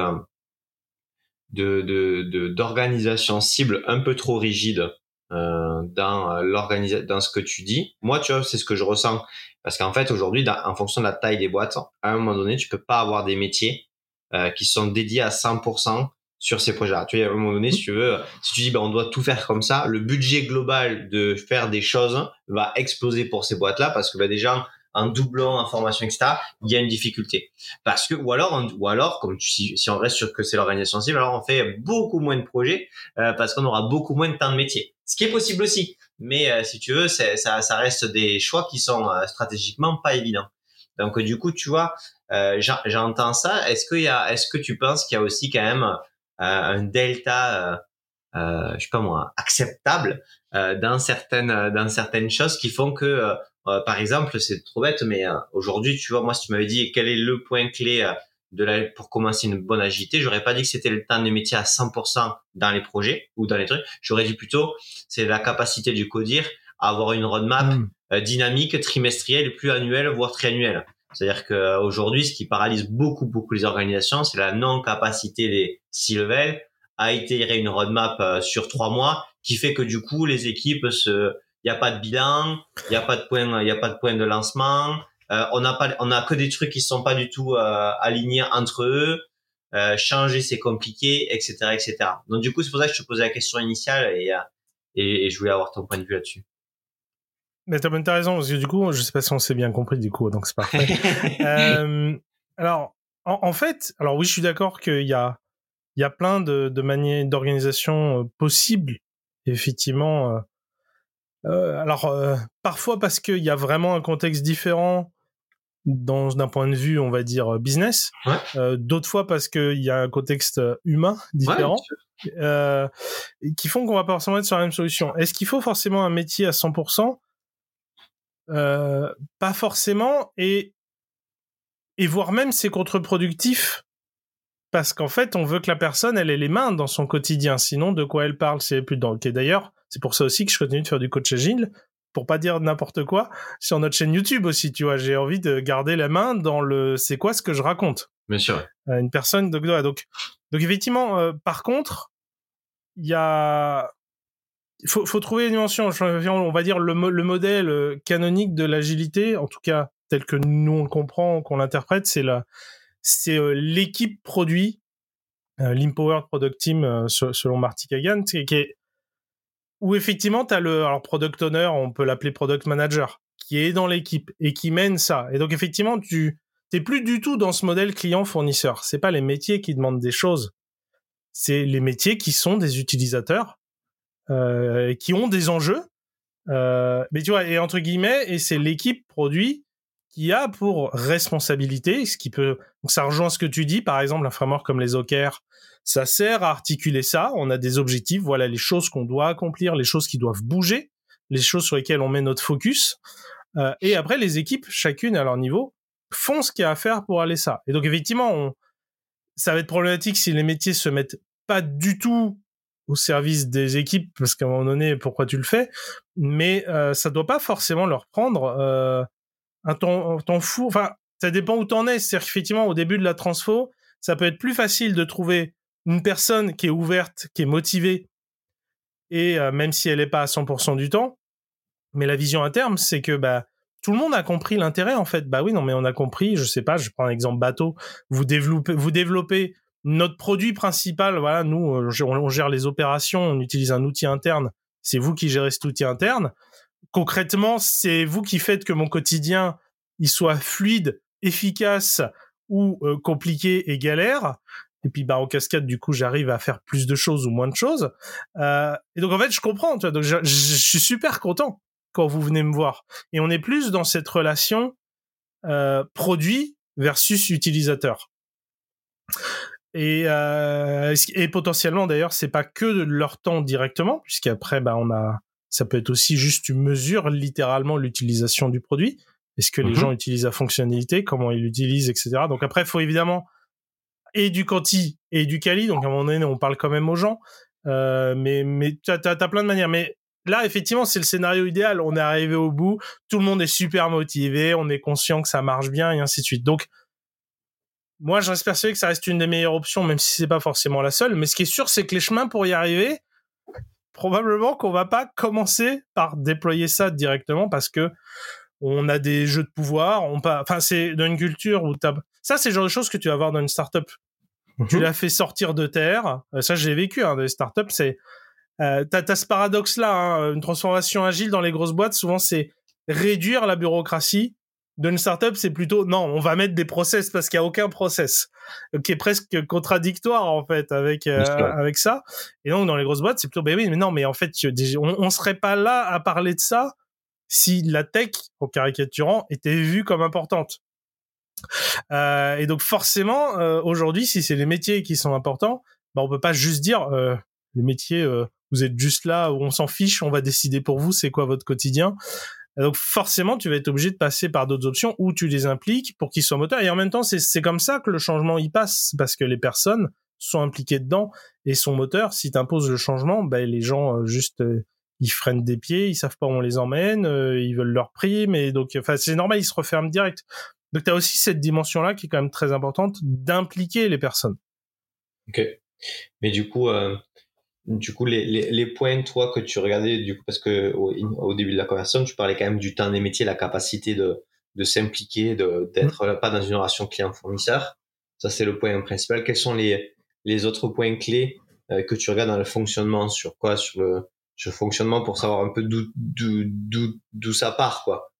de, de, de d'organisation cible un peu trop rigide euh, dans l'organisation, dans ce que tu dis? Moi, tu vois, c'est ce que je ressens parce qu'en fait, aujourd'hui, dans, en fonction de la taille des boîtes, à un moment donné, tu peux pas avoir des métiers Euh, qui sont dédiés à cent pour cent sur ces projets-là. Tu vois, à un moment donné, si tu veux, si tu dis, ben, on doit tout faire comme ça, le budget global de faire des choses va exploser pour ces boîtes-là parce que, ben, déjà, en doublant, en formation, et cetera, il y a une difficulté. Parce que, ou alors, on, ou alors, comme tu, si, si on reste sur que c'est l'organisation cible, alors on fait beaucoup moins de projets, euh, parce qu'on aura beaucoup moins de temps de métier. Ce qui est possible aussi. Mais, euh, si tu veux, c'est, ça, ça reste des choix qui sont euh, stratégiquement pas évidents. Donc, du coup, tu vois, Euh, j'entends ça. Est-ce qu'il y a, est-ce que tu penses qu'il y a aussi quand même euh, un delta, euh, euh, je sais pas moi, acceptable euh, dans certaines, dans certaines choses qui font que, euh, euh, par exemple, c'est trop bête, mais euh, aujourd'hui, tu vois, moi, si tu m'avais dit quel est le point clé euh, de la, pour commencer une bonne agilité, j'aurais pas dit que c'était le temps de métier à cent pour cent dans les projets ou dans les trucs. J'aurais dit plutôt, c'est la capacité du codir à avoir une roadmap mmh. euh, dynamique, trimestrielle, plus annuelle, voire triannuelle. C'est-à-dire qu'aujourd'hui, ce qui paralyse beaucoup, beaucoup les organisations, c'est la non-capacité des C-level à itérer une roadmap euh, sur trois mois, qui fait que du coup, les équipes, se, il y a pas de bilan, il y a pas de point, il y a pas de point de lancement, euh, on n'a pas, on a que des trucs qui sont pas du tout euh, alignés entre eux. Euh, changer, c'est compliqué, et cetera, et cetera. Donc du coup, c'est pour ça que je te posais la question initiale et et, et je voulais avoir ton point de vue là-dessus. Mais t'as, t'as raison, parce que du coup, je sais pas si on s'est bien compris, du coup, donc c'est parfait. euh, alors, en, en fait, alors oui, je suis d'accord qu'il y a, il y a plein de, de manières d'organisation euh, possibles, effectivement. Euh, euh, alors, euh, parfois parce qu'il y a vraiment un contexte différent dans, d'un point de vue, on va dire, business. Ouais. Euh, d'autres fois parce qu'il y a un contexte humain différent. Ouais, euh, qui font qu'on va pas forcément être sur la même solution. Est-ce qu'il faut forcément un métier à cent pour cent ? Euh, pas forcément, et et voire même c'est contre-productif parce qu'en fait on veut que la personne elle ait les mains dans son quotidien, sinon de quoi elle parle, c'est plus dans le. Et d'ailleurs c'est pour ça aussi que je continue de faire du coach agile, pour pas dire n'importe quoi sur notre chaîne YouTube aussi, tu vois, j'ai envie de garder la main dans le c'est quoi ce que je raconte. Bien sûr. Euh, une personne donc donc Donc effectivement, euh, par contre, il y a, il faut, faut trouver les dimensions. On va dire le, mo- le modèle canonique de l'agilité, en tout cas tel que nous on le comprend, qu'on l'interprète, c'est la, c'est euh, l'équipe produit, euh, l'Empowered Product Team euh, selon Marty Kagan, qui est où effectivement t'as le, alors product owner, on peut l'appeler product manager, qui est dans l'équipe et qui mène ça. Et donc effectivement, tu t'es plus du tout dans ce modèle client-fournisseur. C'est pas les métiers qui demandent des choses, c'est les métiers qui sont des utilisateurs, euh, qui ont des enjeux. Euh, mais tu vois, et entre guillemets, et c'est l'équipe produit qui a pour responsabilité, ce qui peut, donc ça rejoint ce que tu dis, par exemple, un framework comme les O K R, ça sert à articuler ça. On a des objectifs, voilà les choses qu'on doit accomplir, les choses qui doivent bouger, les choses sur lesquelles on met notre focus. Euh, et après, les équipes, chacune à leur niveau, font ce qu'il y a à faire pour aller ça. Et donc, effectivement, on, ça va être problématique si les métiers se mettent pas du tout au service des équipes, parce qu'à un moment donné, pourquoi tu le fais? Mais euh, ça doit pas forcément leur prendre euh, un temps, un temps fou. Enfin, ça dépend où t'en es. C'est-à-dire qu'effectivement, au début de la transfo, ça peut être plus facile de trouver une personne qui est ouverte, qui est motivée, et euh, même si elle est pas à cent pour cent du temps. Mais la vision à terme, c'est que bah tout le monde a compris l'intérêt en fait. Bah oui, non mais on a compris. Je sais pas. Je prends un exemple bateau. Vous développez, vous développez notre produit principal. Voilà, nous on, on gère les opérations. On utilise un outil interne. C'est vous qui gérez cet outil interne. Concrètement, c'est vous qui faites que mon quotidien il soit fluide, efficace ou euh, compliqué et galère. Et puis, bah, en cascade, du coup, j'arrive à faire plus de choses ou moins de choses. Euh, et donc, en fait, je comprends. Tu vois, donc, je, je suis super content quand vous venez me voir. Et on est plus dans cette relation euh, produit versus utilisateur. Et, euh, et potentiellement, d'ailleurs, c'est pas que de leur temps directement, puisqu'après, bah, on a, ça peut être aussi juste tu mesures littéralement l'utilisation du produit. Est-ce que mm-hmm. les gens utilisent la fonctionnalité, comment ils l'utilisent, et cetera. Donc après, il faut évidemment et du quanti et du quali. Donc à un moment donné, on parle quand même aux gens. Euh, mais mais t'as, t'as, t'as plein de manières. Mais là, effectivement, c'est le scénario idéal. On est arrivé au bout, tout le monde est super motivé, on est conscient que ça marche bien et ainsi de suite. Donc moi, je reste persuadé que ça reste une des meilleures options, même si c'est pas forcément la seule. Mais ce qui est sûr, c'est que les chemins pour y arriver, probablement qu'on va pas commencer par déployer ça directement parce que on a des jeux de pouvoir. On pas, enfin, c'est dans une culture où t'as, ça, c'est le genre de choses que tu vas voir dans une startup. Mmh. Tu l'as fait sortir de terre. Ça, j'ai vécu, hein, dans les startups. C'est, euh, t'as, t'as ce paradoxe-là, hein, une transformation agile dans les grosses boîtes. Souvent, c'est réduire la bureaucratie. Dans une startup, c'est plutôt non, on va mettre des process parce qu'il y a aucun process, qui est presque contradictoire en fait avec euh, avec ça. Et donc dans les grosses boîtes, c'est plutôt ben oui, mais non, mais en fait, on, on serait pas là à parler de ça si la tech, en caricaturant, était vue comme importante. Euh, et donc forcément, euh, aujourd'hui, si c'est les métiers qui sont importants, bah on peut pas juste dire euh, les métiers, euh, vous êtes juste là, on s'en fiche, on va décider pour vous, c'est quoi votre quotidien. Donc forcément, tu vas être obligé de passer par d'autres options où tu les impliques pour qu'ils soient moteurs. Et en même temps, c'est, c'est comme ça que le changement y passe, parce que les personnes sont impliquées dedans et sont moteurs. Si tu imposes le changement, ben les gens euh, juste euh, ils freinent des pieds, ils savent pas où on les emmène, euh, ils veulent leur prime et donc enfin c'est normal, ils se referment direct. Donc tu as aussi cette dimension-là qui est quand même très importante d'impliquer les personnes. Ok. Mais du coup. Euh... Du coup, les, les, les points, toi, que tu regardais, du coup, parce que au, au début de la conversation, tu parlais quand même du temps des métiers, la capacité de, de s'impliquer, de, d'être mmh. pas dans une relation client-fournisseur. Ça, c'est le point principal. Quels sont les, les autres points clés euh, que tu regardes dans le fonctionnement? Sur quoi? Sur le, sur le fonctionnement pour savoir un peu d'où, d'où, d'où, d'où ça part, quoi.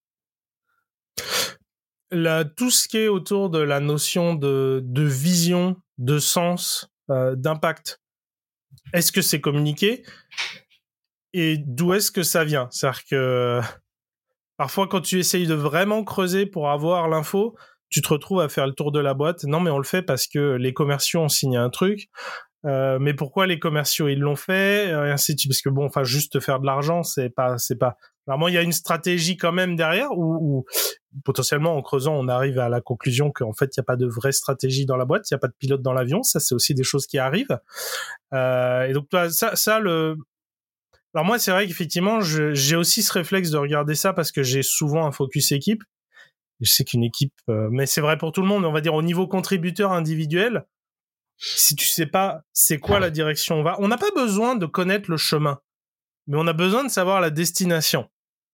La, tout ce qui est autour de la notion de, de vision, de sens, euh, d'impact. Est-ce que c'est communiqué? Et d'où est-ce que ça vient? C'est-à-dire que parfois, quand tu essayes de vraiment creuser pour avoir l'info, tu te retrouves à faire le tour de la boîte. Non, mais on le fait parce que les commerciaux ont signé un truc. Euh, mais pourquoi les commerciaux ils l'ont fait? Et ainsi de suite. Parce que bon, enfin, juste faire de l'argent, c'est pas, c'est pas. Normalement, il y a une stratégie quand même derrière, où, où potentiellement en creusant, on arrive à la conclusion qu'en fait, il y a pas de vraie stratégie dans la boîte, il y a pas de pilote dans l'avion. Ça, c'est aussi des choses qui arrivent. Euh, et donc, toi, ça, ça le. Alors moi, c'est vrai qu'effectivement, je, j'ai aussi ce réflexe de regarder ça parce que j'ai souvent un focus équipe. Je sais qu'une équipe, euh, mais c'est vrai pour tout le monde, on va dire au niveau contributeur individuel, si tu sais pas c'est quoi la direction on va, on n'a pas besoin de connaître le chemin, mais on a besoin de savoir la destination.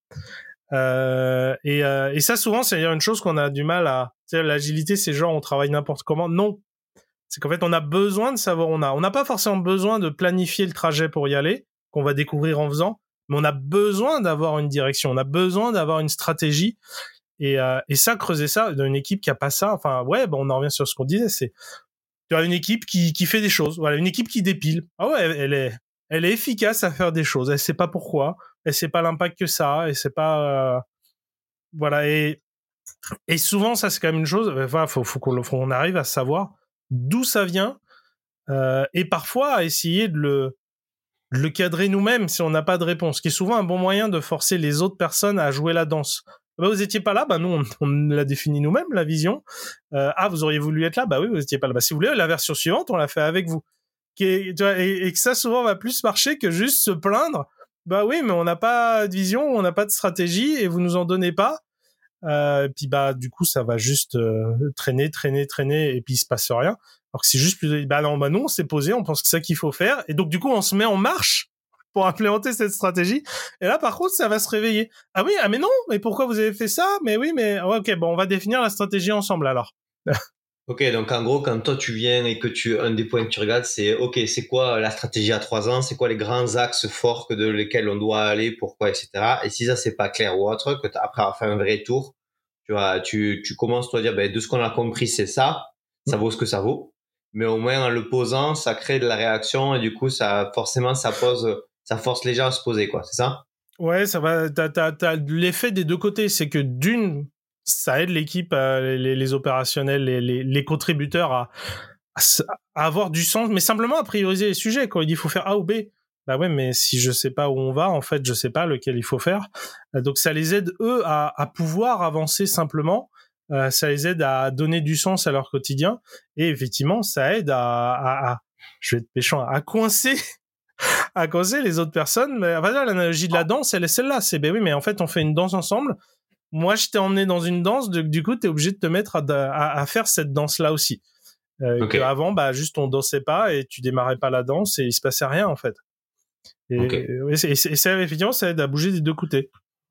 Euh, et, euh, et ça, souvent, c'est une chose qu'on a du mal à... Tu sais, l'agilité, c'est genre, on travaille n'importe comment. Non. C'est qu'en fait, on a besoin de savoir où on a. On n'a pas forcément besoin de planifier le trajet pour y aller, qu'on va découvrir en faisant, mais on a besoin d'avoir une direction, on a besoin d'avoir une stratégie. Et, euh, et ça, creuser ça, dans une équipe qui a pas ça, enfin, ouais, bon, on en revient sur ce qu'on disait, c'est... Tu as une équipe qui, qui fait des choses. Voilà, une équipe qui dépile. Ah ouais, elle, elle est... Elle est efficace à faire des choses. Elle sait pas pourquoi. Elle sait pas l'impact que ça a. Elle sait pas, euh... voilà. Et, et souvent, ça, c'est quand même une chose. Enfin, faut, faut qu'on, faut qu'on arrive à savoir d'où ça vient. Euh, et parfois, à essayer de le, de le cadrer nous-mêmes si on n'a pas de réponse. Ce qui est souvent un bon moyen de forcer les autres personnes à jouer la danse. Bah, vous étiez pas là, bah nous on, on l'a défini nous-mêmes la vision. Euh, ah, vous auriez voulu être là, bah oui, vous étiez pas là. Bah si vous voulez la version suivante, on l'a fait avec vous. Qui est, tu vois, et, et que ça souvent va plus marcher que juste se plaindre. Bah oui, mais on n'a pas de vision, on n'a pas de stratégie et vous nous en donnez pas. Euh, et puis bah du coup ça va juste euh, traîner, traîner, traîner et puis il se passe rien. Alors que c'est juste plus, bah non, bah non, on s'est posé, on pense que c'est ça qu'il faut faire et donc du coup on se met en marche pour implémenter cette stratégie. Et là, par contre, ça va se réveiller. Ah oui, ah mais non, mais pourquoi vous avez fait ça? Mais oui, mais ok, bon, on va définir la stratégie ensemble alors. Ok, donc en gros, quand toi tu viens et que tu, un des points que tu regardes, c'est ok, c'est quoi la stratégie à trois ans, c'est quoi les grands axes forts que de lesquels on doit aller, pourquoi, et cetera. Et si ça c'est pas clair ou autre, que après avoir fait un vrai tour, tu vois, tu, tu commences toi à dire, ben de ce qu'on a compris, c'est ça, ça vaut ce que ça vaut. Mais au moins en le posant, ça crée de la réaction et du coup, ça forcément, ça pose, ça force les gens à se poser, quoi. C'est ça? Ouais, ça va. T'as, t'as, t'as l'effet des deux côtés, c'est que d'une, ça aide l'équipe, euh, les, les opérationnels, les, les, les contributeurs à, à, à avoir du sens, mais simplement à prioriser les sujets. Quand il dit il faut faire A ou B, bah ouais, mais si je sais pas où on va, en fait, je sais pas lequel il faut faire. Donc ça les aide eux à, à pouvoir avancer simplement. Euh, ça les aide à donner du sens à leur quotidien et effectivement, ça aide à, à, à je vais être méchant, à coincer. à causer les autres personnes. Mais enfin, l'analogie de la danse, elle est celle-là. C'est, ben oui, mais en fait, on fait une danse ensemble. Moi, je t'ai emmené dans une danse, de, du coup, t'es obligé de te mettre à, à, à faire cette danse-là aussi. Euh, okay. Avant, bah, juste, on dansait pas et tu démarrais pas la danse et il se passait rien, en fait. Et, okay. et, et, et ça, effectivement, ça aide à bouger des deux côtés.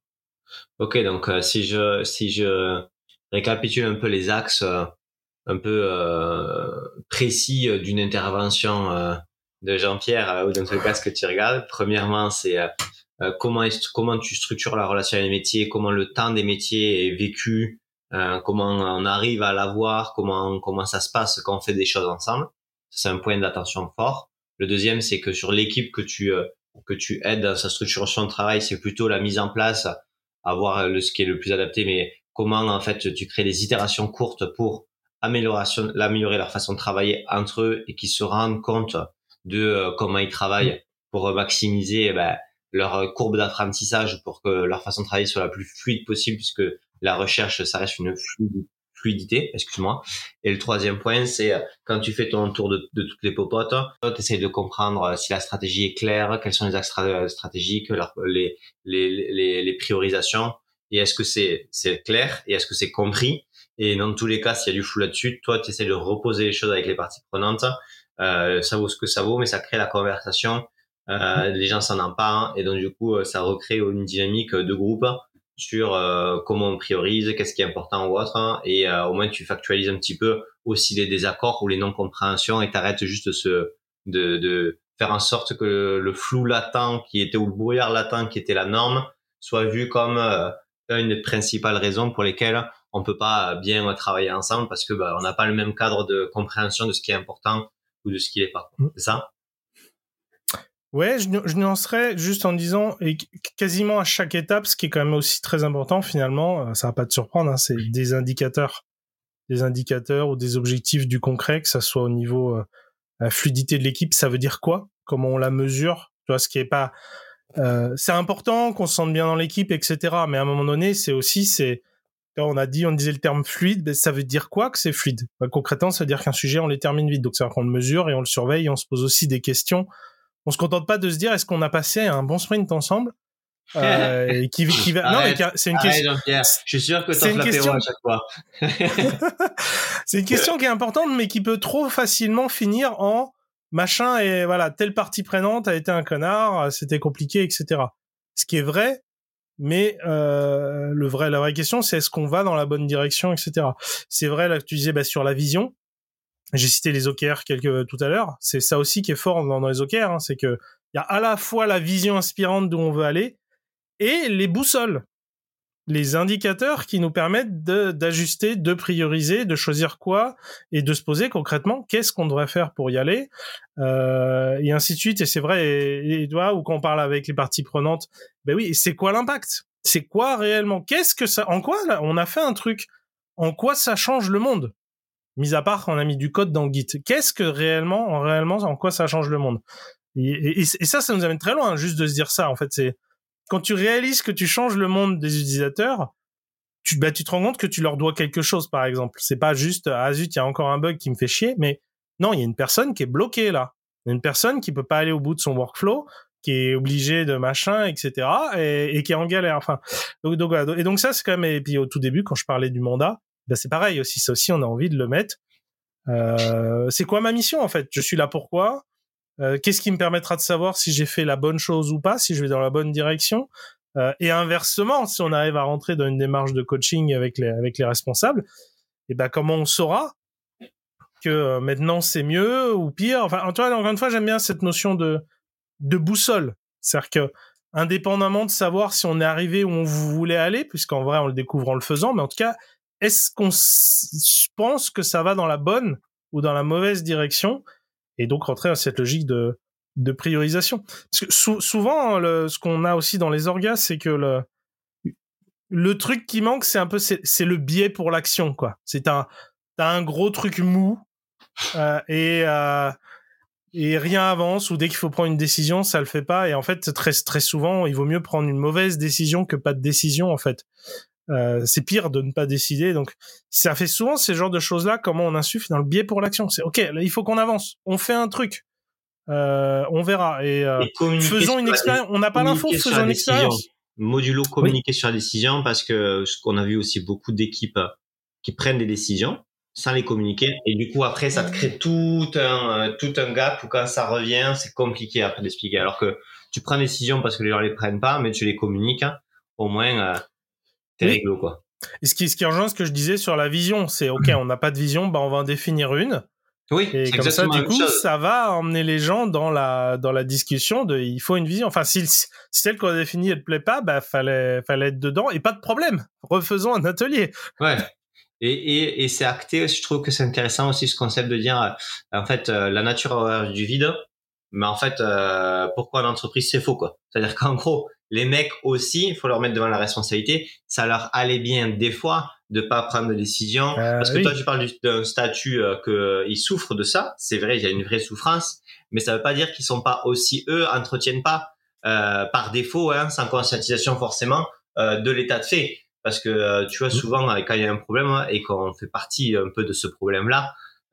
Ok, donc, euh, si je, si je récapitule un peu les axes, euh, un peu, euh, précis euh, d'une intervention, euh, de Jean-Pierre, euh, ou dans tout cas ce que tu regardes. Premièrement, c'est euh, euh, comment est comment tu structures la relation avec les métiers, comment le temps des métiers est vécu, euh, comment on arrive à l'avoir, comment comment ça se passe quand on fait des choses ensemble. C'est un point d'attention fort. Le deuxième, c'est que sur l'équipe que tu euh, que tu aides dans sa structuration de travail, c'est plutôt la mise en place, à voir le ce qui est le plus adapté, mais comment en fait tu crées des itérations courtes pour amélioration, l'améliorer leur façon de travailler entre eux et qu'ils se rendent compte de euh, comment ils travaillent pour maximiser eh ben, leur courbe d'apprentissage pour que leur façon de travailler soit la plus fluide possible, puisque la recherche, ça reste une fluidité, excuse-moi. Et le troisième point, c'est quand tu fais ton tour de, de toutes les popotes, tu essaies de comprendre si la stratégie est claire, quels sont les axes stratégiques, leur, les, les, les, les priorisations, et est-ce que c'est, c'est clair, et est-ce que c'est compris. Et dans tous les cas, s'il y a du flou là-dessus, toi, tu essaies de reposer les choses avec les parties prenantes. Euh, ça vaut ce que ça vaut, mais ça crée la conversation. Euh, les gens s'en emparent et donc du coup, ça recrée une dynamique de groupe sur euh, comment on priorise, qu'est-ce qui est important ou autre. Hein, et euh, au moins, tu factualises un petit peu aussi les désaccords ou les non-compréhensions et t'arrêtes juste ce, de, de faire en sorte que le, le flou latent qui était ou le brouillard latent qui était la norme soit vu comme euh, une des principales raisons pour lesquelles on peut pas bien travailler ensemble parce que bah, on n'a pas le même cadre de compréhension de ce qui est important ou de ce qui n'est pas. C'est ça? Ouais, je, je nuancerais juste en disant, et quasiment à chaque étape, ce qui est quand même aussi très important finalement, ça va pas te surprendre, hein, c'est des indicateurs. Des indicateurs ou des objectifs du concret, que ça soit au niveau euh, la fluidité de l'équipe, ça veut dire quoi? Comment on la mesure? Tu vois, ce qui est pas... Euh, c'est important qu'on se sente bien dans l'équipe, et cetera. Mais à un moment donné, c'est aussi... c'est Quand on a dit, on disait le terme fluide, ben, ça veut dire quoi que c'est fluide? Ben, concrètement, ça veut dire qu'un sujet, on les termine vite. Donc, c'est-à-dire qu'on le mesure et on le surveille et on se pose aussi des questions. On se contente pas de se dire, est-ce qu'on a passé un bon sprint ensemble? Euh, et qui, qui va. Arrête, non, mais qui a- c'est une arrête, question. Jean-Pierre. Je suis sûr que C'est t'offres une l'apéro question- à chaque fois. C'est une question qui est importante, mais qui peut trop facilement finir en machin et voilà, telle partie prenante a été un connard, c'était compliqué, et cetera. Ce qui est vrai, mais euh, le vrai, la vraie question, c'est est-ce qu'on va dans la bonne direction, et cetera. C'est vrai là que tu disais bah, sur la vision. J'ai cité les O K R quelques tout à l'heure. C'est ça aussi qui est fort dans, dans les O K R, hein, c'est que il y a à la fois la vision inspirante d'où on veut aller et les boussoles, les indicateurs qui nous permettent de, d'ajuster, de prioriser, de choisir quoi et de se poser concrètement qu'est-ce qu'on devrait faire pour y aller, euh, et ainsi de suite. Et c'est vrai, et, et toi, ou quand on parle avec les parties prenantes, ben oui, c'est quoi l'impact ? C'est quoi réellement ? Qu'est-ce que ça ? En quoi là, on a fait un truc ? En quoi ça change le monde ? Mis à part qu'on a mis du code dans Git. Qu'est-ce que réellement, en réellement, en quoi ça change le monde ? et, et, et ça, ça nous amène très loin, juste de se dire ça. En fait, c'est quand tu réalises que tu changes le monde des utilisateurs, tu, bah, tu te rends compte que tu leur dois quelque chose, par exemple. C'est pas juste, ah zut, il y a encore un bug qui me fait chier, mais non, il y a une personne qui est bloquée, là. Il y a une personne qui peut pas aller au bout de son workflow, qui est obligée de machin, et cetera, et, et qui est en galère. Enfin, donc, donc, voilà. Et donc ça, c'est quand même, et puis au tout début, quand je parlais du mandat, bah, c'est pareil aussi. Ça aussi, on a envie de le mettre. Euh, c'est quoi ma mission, en fait? Je suis là pourquoi? Euh, qu'est-ce qui me permettra de savoir si j'ai fait la bonne chose ou pas, si je vais dans la bonne direction, euh, et inversement, si on arrive à rentrer dans une démarche de coaching avec les avec les responsables, et ben comment on saura que euh, maintenant c'est mieux ou pire. Enfin, tu vois, encore une fois, j'aime bien cette notion de de boussole, c'est-à-dire que indépendamment de savoir si on est arrivé où on voulait aller, puisqu'en vrai on le découvre en le faisant, mais en tout cas, est-ce qu'on s- pense que ça va dans la bonne ou dans la mauvaise direction? Et donc rentrer dans cette logique de de priorisation. Parce que sou- souvent, le, ce qu'on a aussi dans les orgas, c'est que le le truc qui manque, c'est un peu c'est, c'est le biais pour l'action, quoi. C'est un t'as un gros truc mou euh, et euh, et rien avance, ou dès qu'il faut prendre une décision, ça le fait pas. Et en fait, très très souvent, il vaut mieux prendre une mauvaise décision que pas de décision, en fait. Euh, c'est pire de ne pas décider. Donc, ça fait souvent ces genres de choses-là, comment on insuffle dans le biais pour l'action. C'est OK, là, il faut qu'on avance. On fait un truc. Euh, on verra. Et, euh, Et communiquer faisons sur une la- expérience. On n'a pas l'info, communiquer sur faisons la une décision. expérience. Modulo communiquer sur la décision, parce que ce qu'on a vu aussi beaucoup d'équipes euh, qui prennent des décisions sans les communiquer, et du coup après ça te crée tout un euh, tout un gap où quand ça revient c'est compliqué après d'expliquer, alors que tu prends des décisions parce que les gens les prennent pas, mais tu les communiques, hein, au moins euh, t'es Oui. réglo, quoi. Et ce qui, ce qui rejoint ce que je disais sur la vision, c'est OK, on n'a pas de vision, bah on va en définir une. Oui, Et c'est comme ça, exactement la du même coup, chose. ça va emmener les gens dans la dans la discussion de il faut une vision. Enfin, si, si celle qu'on a définie elle te plaît pas, bah fallait fallait être dedans et pas de problème. Refaisons un atelier. Ouais. Et, et, et c'est acté, je trouve que c'est intéressant aussi ce concept de dire, euh, en fait, euh, la nature a horreur du vide, mais en fait, euh, pourquoi l'entreprise, c'est faux, quoi. C'est-à-dire qu'en gros, les mecs aussi, il faut leur mettre devant la responsabilité, ça leur allait bien des fois de pas prendre de décision, Euh, parce que oui. toi, tu parles du- d'un statut euh, que ils souffrent de ça, c'est vrai, il y a une vraie souffrance, mais ça veut pas dire qu'ils sont pas aussi, eux, entretiennent pas, euh, par défaut, hein, sans conscientisation forcément, euh, de l'état de fait. Parce que euh, tu vois, souvent euh, quand il y a un problème, hein, et qu'on fait partie un peu de ce problème-là,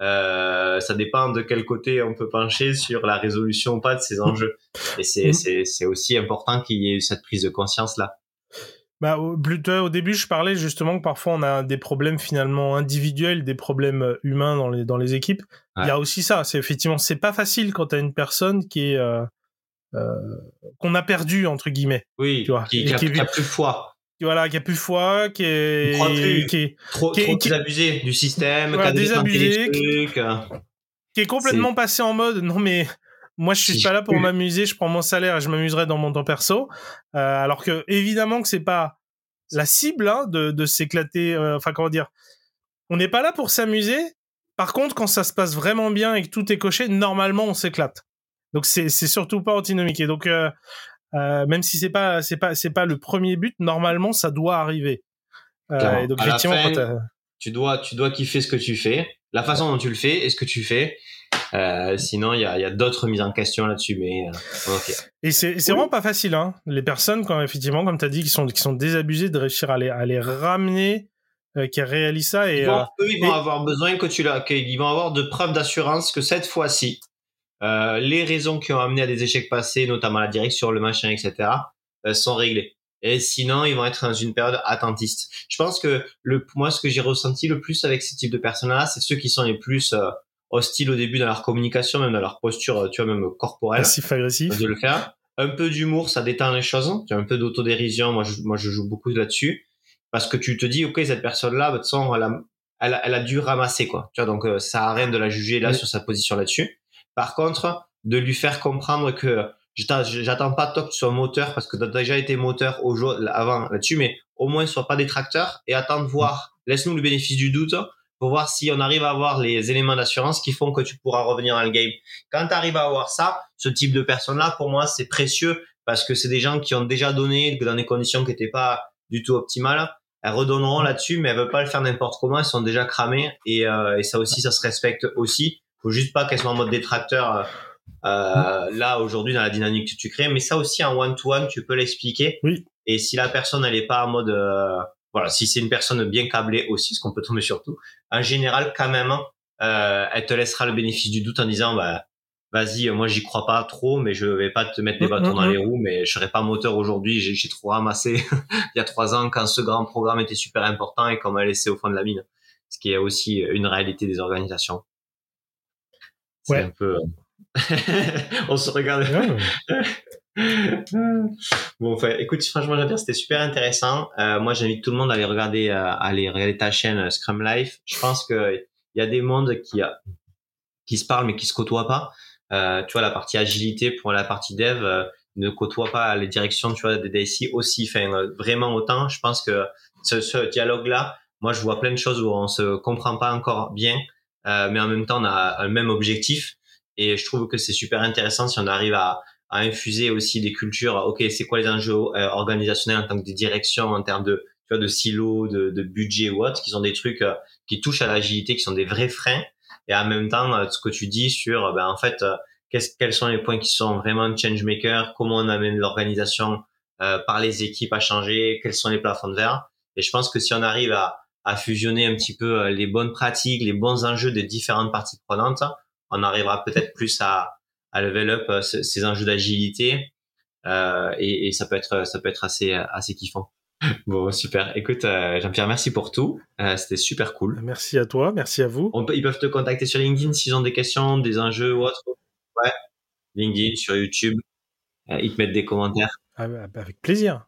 euh, ça dépend de quel côté on peut pencher sur la résolution ou pas de ces enjeux. Et c'est Mm. c'est c'est aussi important qu'il y ait eu cette prise de conscience-là. Bah, au, plutôt, au début, je parlais justement que parfois on a des problèmes finalement individuels, des problèmes euh, humains dans les dans les équipes. Il Ouais. y a aussi ça. C'est effectivement, c'est pas facile quand t'as une personne qui est euh, euh, qu'on a perdu entre guillemets. Oui, Tu vois, qui, et qui, a, qui est qui a plus foi. Voilà, qui a plus foi, qui Il croit est plus. qui est Trop, qui est, trop qui est- désabusé du système, voilà, qui a décanté les désabusé, qui, trucs. euh, qui est complètement passé en mode non mais moi je suis si pas je là pour peux. m'amuser, je prends mon salaire et je m'amuserai dans mon temps perso. Euh, alors que évidemment que c'est pas la cible hein, de de s'éclater. euh, Enfin comment dire, on n'est pas là pour s'amuser. Par contre, quand ça se passe vraiment bien et que tout est coché, normalement on s'éclate. Donc c'est c'est surtout pas antinomique. Et donc euh, euh, même si c'est pas c'est pas c'est pas le premier but, normalement ça doit arriver. Euh, Clairement. et donc À la effectivement, fin, quand t'as- tu dois, tu dois kiffer ce que tu fais, la façon dont tu le fais et ce que tu fais. Euh, sinon, il y a, il y a d'autres mises en question là-dessus, mais euh, ok. Et c'est, c'est Oui. vraiment pas facile, hein. Les personnes, quand effectivement, comme tu as dit, qui sont, qui sont désabusées, de réussir à les, à les ramener, euh, qui réalisent ça. Et, Ils vont, euh, eux, ils vont et- avoir besoin que tu l'as, qu'ils vont avoir de preuves d'assurance que cette fois-ci, euh, les raisons qui ont amené à des échecs passés, notamment la direction, le machin, et cetera, euh, sont réglés. Et sinon, ils vont être dans une période attentiste. Je pense que le, moi, ce que j'ai ressenti le plus avec ce type de personnes-là, c'est ceux qui sont les plus euh, hostiles au début dans leur communication, même dans leur posture, tu vois, même corporelle. Passif-agressif. De le faire. Un peu d'humour, ça détend les choses. Tu as un peu d'autodérision. Moi, je, moi, je joue beaucoup là-dessus. Parce que tu te dis, OK, cette personne-là, de toute façon, elle a, elle a, elle a dû ramasser, quoi. Tu vois, donc, euh, ça sert à rien de la juger là Oui. sur sa position là-dessus. Par contre, de lui faire comprendre que j'attends pas toi que tu sois moteur parce que tu as déjà été moteur au jour, avant là-dessus, mais au moins sois pas détracteur et attends de voir, laisse-nous le bénéfice du doute pour voir si on arrive à avoir les éléments d'assurance qui font que tu pourras revenir dans le game. Quand tu arrives à avoir ça, ce type de personnes-là, pour moi, c'est précieux parce que c'est des gens qui ont déjà donné dans des conditions qui n'étaient pas du tout optimales. Elles redonneront là-dessus, mais elles veulent pas le faire n'importe comment, elles sont déjà cramées et, euh, et ça aussi, ça se respecte aussi. Faut juste pas qu'elles soient en mode détracteur. Euh, Euh, là aujourd'hui dans la dynamique que tu crées, mais ça aussi en one-to-one tu peux l'expliquer. Oui. Et si la personne elle est pas en mode euh, voilà, si c'est une personne bien câblée aussi, ce qu'on peut tomber sur tout, en général quand même euh, elle te laissera le bénéfice du doute en disant bah vas-y, moi j'y crois pas trop, mais je vais pas te mettre des bâtons mmh, dans mmh. les roues, mais je serai pas moteur aujourd'hui, j'ai, j'ai trop ramassé il y a trois ans quand ce grand programme était super important et qu'on m'a laissé au fond de la mine, ce qui est aussi une réalité des organisations. C'est ouais. un peu on se regarde. Ouais. Bon, enfin, écoute, franchement, j'adore, c'était super intéressant. Euh, moi, j'invite tout le monde à aller regarder, euh, à aller regarder ta chaîne euh, Scrum Life. Je pense que il y a des mondes qui, euh, qui se parlent mais qui se côtoient pas. Euh, tu vois, la partie agilité pour la partie dev euh, ne côtoie pas les directions, tu vois, des D S I aussi. Enfin, euh, vraiment autant. Je pense que ce, ce dialogue-là, moi, je vois plein de choses où on se comprend pas encore bien, euh, mais en même temps, on a un même objectif. Et je trouve que c'est super intéressant si on arrive à, à infuser aussi des cultures. OK, c'est quoi les enjeux euh, organisationnels en tant que des directions, en termes de, tu vois, de silos, de, de budget ou autre, qui sont des trucs euh, qui touchent à l'agilité, qui sont des vrais freins. Et en même temps, euh, ce que tu dis sur, ben en fait, euh, qu'est-ce, quels sont les points qui sont vraiment change maker, comment on amène l'organisation euh, par les équipes à changer, quels sont les plafonds de verre. Et je pense que si on arrive à, à fusionner un petit peu les bonnes pratiques, les bons enjeux des différentes parties prenantes, on arrivera peut-être plus à, à level up euh, ces enjeux d'agilité euh, et, et ça peut être ça peut être assez assez kiffant. Bon, super. Écoute, euh, Jean-Pierre, merci pour tout. Euh, c'était super cool. Merci à toi, merci à vous. On peut, ils peuvent te contacter sur LinkedIn s'ils ont des questions, des enjeux ou autre. Ouais. LinkedIn, sur YouTube. Euh, ils te mettent des commentaires. Ah, avec plaisir.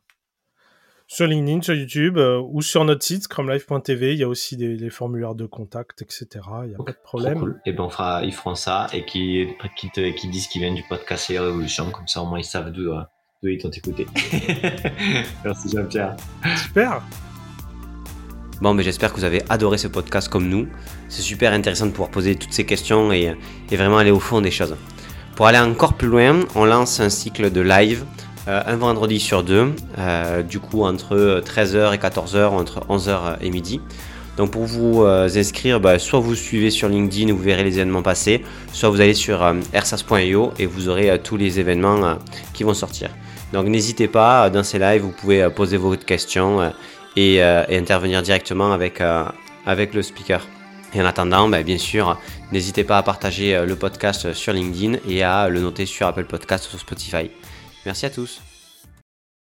Sur LinkedIn, sur YouTube euh, ou sur notre site scrum life point t v, il y a aussi des, des formulaires de contact, et cetera. Il n'y a okay, pas de problème. Cool. Et ben on fera, ils feront ça et qui qui te qui disent qu'ils viennent du podcast C I O Révolution, comme ça au moins ils savent d'où euh, d'où ils t'ont écouté. Merci Jean-Pierre. Super. Bon, mais j'espère que vous avez adoré ce podcast comme nous. C'est super intéressant de pouvoir poser toutes ces questions et, et vraiment aller au fond des choses. Pour aller encore plus loin, on lance un cycle de live. Euh, un vendredi sur deux, euh, du coup entre treize heures et quatorze heures, entre onze heures et midi. Donc pour vous euh, inscrire, bah, soit vous suivez sur LinkedIn et vous verrez les événements passer, soit vous allez sur euh, ersas point i o et vous aurez euh, tous les événements euh, qui vont sortir. Donc n'hésitez pas, dans ces lives, vous pouvez euh, poser vos questions euh, et, euh, et intervenir directement avec, euh, avec le speaker. Et en attendant, bah, bien sûr, n'hésitez pas à partager euh, le podcast sur LinkedIn et à le noter sur Apple Podcasts ou sur Spotify. Merci à tous.